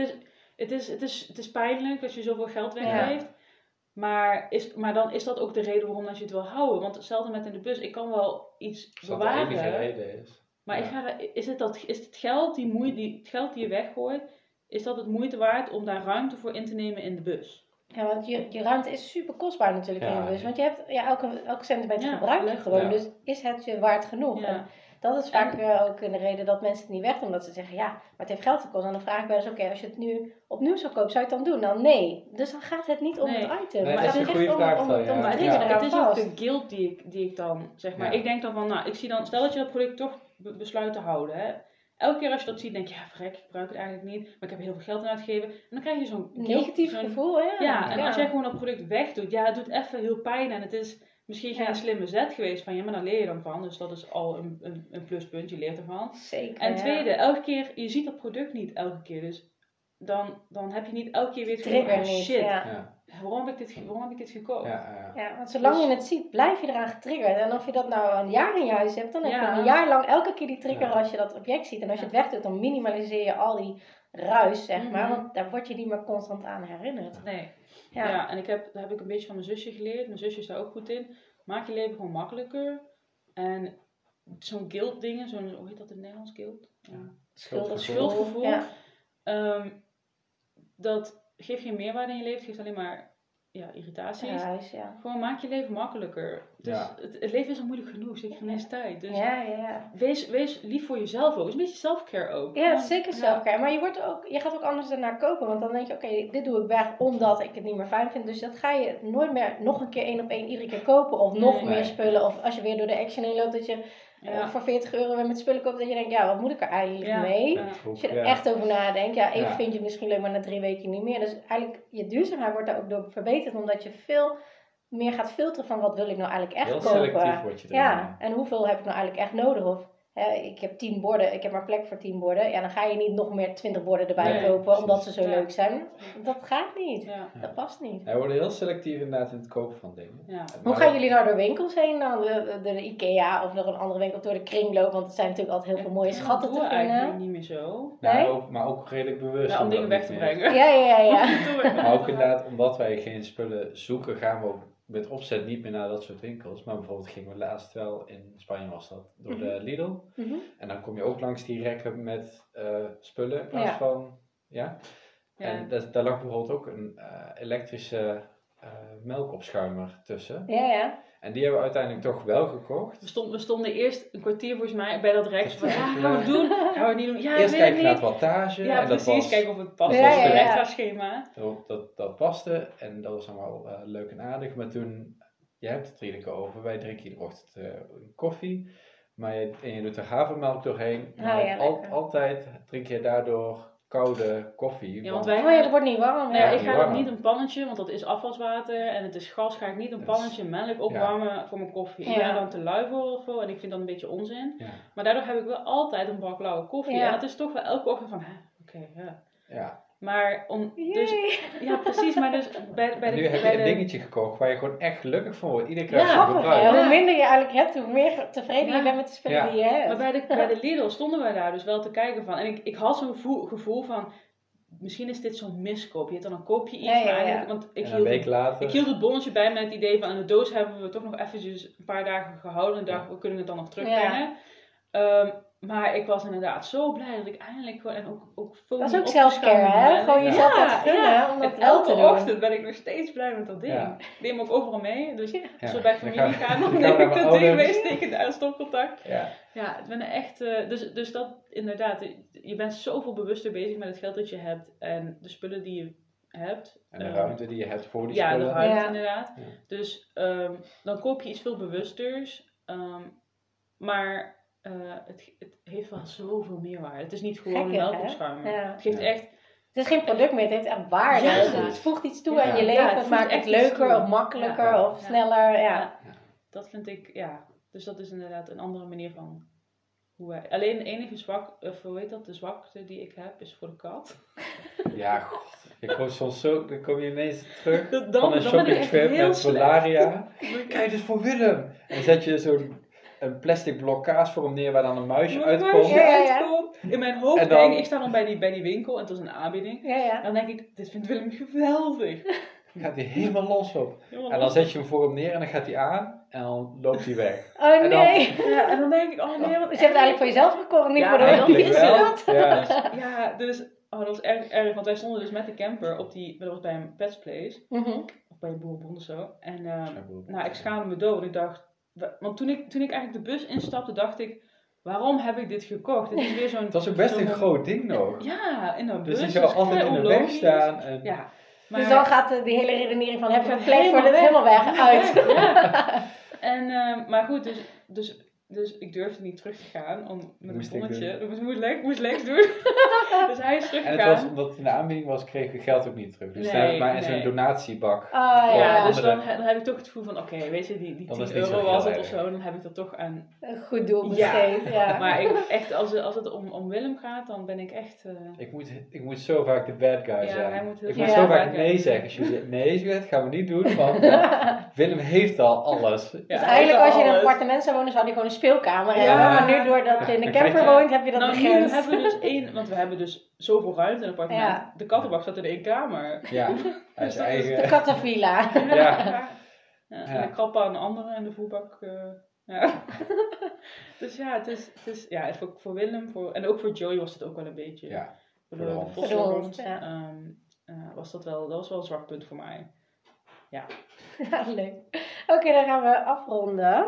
het is pijnlijk dat je zoveel geld weggeeft. Maar dan is dat ook de reden waarom dat je het wil houden. Want hetzelfde met in de bus. Ik kan wel iets Als dat de enige bewaren. reden is. Maar is het geld, het geld die je weggooit, is dat het moeite waard om daar ruimte voor in te nemen in de bus? Ja, want je ruimte is super kostbaar natuurlijk in de bus. Want je hebt elke centimeter gebruik je gewoon. Ja. Dus is het je waard genoeg? Ja. En dat is vaak ook een reden dat mensen het niet wegdoen. Dat ze zeggen, ja, maar het heeft geld gekost. En dan vraag ik bij oké, als je het nu opnieuw zou kopen, zou je het dan doen? Dan nee. Dus dan gaat het niet om Nee. het item. Nee, maar dat is het een echt goede vraag om van, het ja. dringen Het eraan is ook vast. de guilt die ik dan, zeg maar, Ja. ik denk dan van, nou, ik zie dan, stel dat je dat product toch besluit te houden, hè. Elke keer als je dat ziet, denk je, ja, verrek, ik gebruik het eigenlijk niet, maar ik heb heel veel geld aan uitgegeven. En dan krijg je zo'n guilt, Negatief gevoel, ja. Ja, en als jij gewoon dat product wegdoet, ja, het doet even heel pijn en het is misschien geen Ja. slimme zet geweest van, ja, maar dan leer je dan van. Dus dat is al een pluspunt, je leert ervan. Zeker, En ja. tweede, elke keer, je ziet dat product niet elke keer, dus dan heb je niet elke keer weer het gevoel, Trigger oh niet, shit, ja. waarom heb ik dit gekocht? Ja, want zolang je het ziet, blijf je eraan getriggerd. En of je dat nou een jaar in je huis hebt, dan heb je Ja. een jaar lang elke keer die trigger Ja. als je dat object ziet. En als je het wegdoet, dan minimaliseer je al die ruis, zeg maar. Mhm. Want daar word je niet meer constant aan herinnerd. Nee. Ja. Ja, en daar heb ik een beetje van mijn zusje geleerd. Mijn zusje is daar ook goed in. Maak je leven gewoon makkelijker. En zo'n guilt dingen, hoe heet dat in het Nederlands, guilt? Ja. Schuldgevoel. Ja. Dat geeft geen meerwaarde in je leven, het geeft alleen maar irritaties. Ruis, ja. Gewoon maak je leven makkelijker. Dus het leven is al moeilijk genoeg, zeker in deze tijd. Dus Ja. wees lief voor jezelf ook. Het is een beetje self-care ook. Ja, het is zeker selfcare. Maar je gaat ook anders ernaar kopen. Want dan denk je, oké, dit doe ik weg omdat ik het niet meer fijn vind. Dus dat ga je nooit meer nog een keer 1 op 1 iedere keer kopen. Of nog Nee. meer spullen. Of als je weer door de Action heen loopt, dat je voor €40 weer met spullen koopt. Dat je denkt, ja, wat moet ik er eigenlijk mee? Ja. Als je er echt over nadenkt, even Ja. vind je het misschien leuk, maar na 3 weken niet meer. Dus eigenlijk, je duurzaamheid wordt daar ook door verbeterd. Omdat je veel meer gaat filteren van wat wil ik nou eigenlijk echt Heel kopen. selectief word je erin. Ja, en hoeveel heb ik nou eigenlijk echt nodig? Of ik heb 10 borden, ik heb maar plek voor 10 borden. Ja, dan ga je niet nog meer 20 borden erbij Nee, kopen, precies. omdat ze zo Ja. leuk zijn. Dat gaat niet. Ja. Dat past niet. Hij wordt heel selectief inderdaad in het kopen van dingen. Ja. Hoe gaan jullie nou door winkels heen dan? Door de IKEA of door een andere winkel, door de kringloop? Want er zijn natuurlijk altijd heel veel mooie schatten te Dat doen we eigenlijk vinden. niet meer zo. Nou, Nee? maar ook redelijk bewust. Ja, om dat dingen weg niet te meer. brengen. Ja. Dat doen we. Maar ook inderdaad, omdat wij geen spullen zoeken, gaan we ook met opzet niet meer naar dat soort winkels. Maar bijvoorbeeld gingen we laatst wel, in Spanje was dat, door de Lidl. Mhm. En dan kom je ook langs die rekken met spullen in plaats Ja. van, Ja. En daar lag bijvoorbeeld ook een elektrische melkopschuimer tussen. Ja. En die hebben we uiteindelijk toch wel gekocht. We stonden eerst een kwartier volgens mij bij dat rek. Van, gaan we het doen? Gaan we het niet doen? Ja, Eerst ik weet kijken naar het het niet. wattage. Ja, en precies. dat was, Kijken of het past. Ja, Dat is het ja. elektra-schema. dat paste en dat was allemaal leuk en aardig. Maar toen, je hebt het er iedere keer over, wij drinken iedere ochtend koffie. Maar je doet er havermelk doorheen. Ah, Maar ja, lekker. altijd drink je daardoor koude koffie. Ja, want Oh ja, dat wordt niet warm. Nee, Ja. ik ga warm. dat niet een pannetje, want dat is afwaswater en het is gas, ga ik niet een Dus, pannetje melk opwarmen voor mijn koffie. Ik Ja. ben er dan te lui voor of zo en ik vind dat een beetje onzin. Ja. Maar daardoor heb ik wel altijd een bak lauwe koffie. Ja. En het is toch wel elke ochtend van, oké, ja. Ja. Maar, dus, Yay. ja precies, maar dus bij En de... nu heb bij je een de- dingetje gekocht waar je gewoon echt gelukkig van wordt. Iedere keer Ja, als je het Grappig, hè? gebruikt. Hoe minder je eigenlijk hebt, hoe meer tevreden Ja. je bent met de spullen Ja. die je hebt. Maar bij de Lidl stonden wij daar dus wel te kijken van. En ik had zo'n gevoel van, misschien is dit zo'n miskoop. Dan koop je iets, Ja, ja, maar ja. eigenlijk... Want En een week later. ik hield het bonnetje bij met het idee van, aan de doos hebben we toch nog eventjes een paar dagen gehouden. En dacht, we kunnen het dan nog terugbrengen. Maar ik was inderdaad zo blij dat ik eindelijk gewoon, en ook veel Dat is meer ook self-care, hè? ben. Gewoon jezelf dat gunnen, om dat En wel te elke doen. ochtend ben ik nog steeds blij met dat ding. Ja. Ik neem hem ook overal mee. Dus Ja. als we Ja. bij Dan familie gaan- gaan, dan dan neem gaan ik we naar dat ding mijn mee, ouders. steek het uit stopcontact. Ja. Ja, ik ben er echt... Dus dat inderdaad, je bent zoveel bewuster bezig met het geld dat je hebt en de spullen die je hebt. En de ruimte die je hebt voor die Ja, de spullen. ruimte Ja. inderdaad. Ja. Dus dan koop je iets veel bewusters. Maar het heeft wel zoveel meerwaarde. Het is niet gewoon Gekkig, een melk hè? opschuimen. Ja. Het geeft Ja. echt... Het is geen product meer, het heeft echt waarde. Ja. Het voegt iets toe aan Ja. je Ja, leven, het het voegt maakt het echt iets leuker toe. of makkelijker Ja. of sneller. Ja. Ja. Dat vind ik, ja. Dus dat is inderdaad een andere manier van hoe wij... Alleen de enige hoe heet dat, de zwakte die ik heb, is voor de kat. Ja, god. Je komt soms zo, dan kom je ineens terug Dan- van een dan ben ik shoppingtrip echt heel met slecht. Solaria. Kijk, dit is voor Willem. En dan zet je zo'n een plastic blok kaas voor hem neer waar dan een muisje Mijn uitkomt. muisje Ja, ja, ja. uitkomt. In mijn hoofd En dan- denk ik, ik sta dan bij die winkel en het was een aanbieding. Ja, ja. Dan denk ik, dit vindt Willem geweldig. Dan gaat hij helemaal los op. Helemaal En dan los. zet je hem voor hem neer en dan gaat hij aan en dan loopt hij weg. Oh En dan- nee. Ja, en dan denk ik, oh nee, wat Dus je hebt het eigenlijk voor jezelf gekocht, niet Ja, voor de eigenlijk hond. is wel. het. Ja. Ja, dus dat was erg, want wij stonden dus met de camper op dat was bij een Pets Place, Mhm. of bij een boerenbond of zo. En Boerenbond, nou, ik schaamde me dood. Ik dacht, want toen ik eigenlijk de bus instapte, dacht ik, waarom heb ik dit gekocht? Het is weer zo'n... Het was ook best een groot ding nog. Ja, in een bus. Dus die dat zou is altijd vrij in de weg onlogisch. staan. En... Ja. Maar, Dus dan gaat die hele redenering van heb je een gaat plek voor dit helemaal weg uit. Ja. En, maar goed, dus ik durfde niet terug te gaan met Moest een ik bonnetje. doen. Dus moest Lex doen. Dus hij is En teruggegaan. het was, omdat het in de aanbieding was, kreeg je geld ook niet terug. Dus Nee, dan heb ik maar in zo'n nee. donatiebak. Ah Voor Ja, ja, dus anderen. dan heb ik toch het gevoel van, oké, weet je, die Dan 10 is het niet euro zo was heel het of erg. zo, dan heb ik er toch aan. een goed doel Ja. besteed. Ja. Maar echt, als het om Willem gaat, dan ben ik echt... Ik moet zo vaak de bad guy Ja, zijn. hij moet heel Ik veel moet Ja. zo vaak bad nee guy zeggen. Als je zegt, nee Juliette, gaan we niet doen, want Willem heeft al alles. Dus Ja, eigenlijk als je in een alles. appartement zou wonen, zou die gewoon een speelkamer Ja. hebben. Maar nu doordat je in een Dan camper krijg je- woont, heb je dat Nou, nu begrensd. hebben we dus want we hebben dus zoveel ruimte in het appartement. Ja. De kattenbak staat in 1 kamer. Ja, hij is Dus dat is De eigen. kattenvilla. Ja. En de krappen aan de andere en de voerbak. Ja. Dus ja, het is ja, voor Willem en ook voor Joey was het ook wel een beetje. Ja, Voor voor de hond. Voor de fosterhond, hond, ja. was dat was wel een zwak punt voor mij. Ja, leuk. Oké, dan gaan we afronden.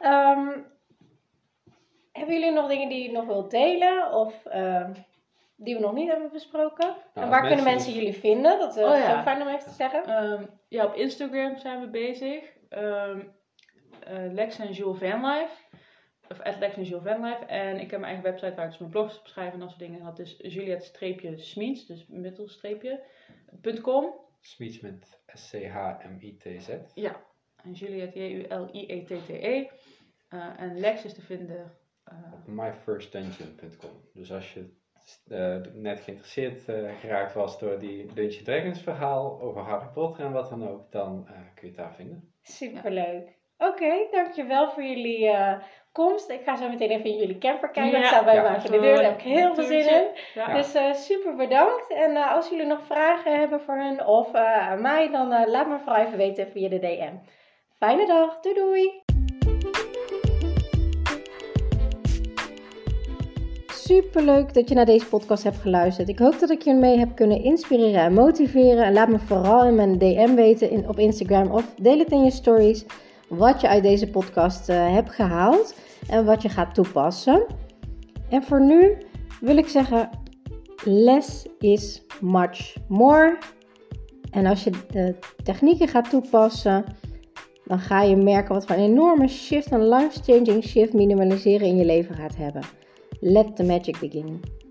Hebben jullie nog dingen die je nog wilt delen? Of die we nog niet hebben besproken? En als waar kunnen mensen mensen jullie vinden? Dat is Oh ja. ook fijn om even te zeggen. Ja, op Instagram zijn we bezig. Lex en Jules Vanlife. Of Lex en Jules Vanlife. En ik heb mijn eigen website waar ik dus mijn blogs beschrijf en dat soort dingen. En dat is Juliette-Smiets, dus middelstreepje.com. Smiets met SCHMITZ. Ja, en Juliette, JULIETTE. En Lex is te vinden. Op myfirstdungeon.com. Dus als je net geïnteresseerd geraakt was door die Dungeons Dragons verhaal over Harry Potter en wat dan ook, dan kun je het daar vinden. Superleuk. Oké, dankjewel voor jullie komst. Ik ga zo meteen even in jullie camper kijken. Ja, Het staat bij ja. me aan de deur. Daar heb ik heel veel zin in. Ja. Dus super bedankt. En als jullie nog vragen hebben voor hen of aan mij, dan laat me vooral even weten via de DM. Fijne dag. Doei doei. Superleuk dat je naar deze podcast hebt geluisterd. Ik hoop dat ik je mee heb kunnen inspireren en motiveren. En laat me vooral in mijn DM weten op Instagram of deel het in je stories wat je uit deze podcast hebt gehaald en wat je gaat toepassen. En voor nu wil ik zeggen, less is much more. En als je de technieken gaat toepassen, dan ga je merken wat voor een enorme shift, een life-changing shift minimaliseren in je leven gaat hebben. Let the magic begin.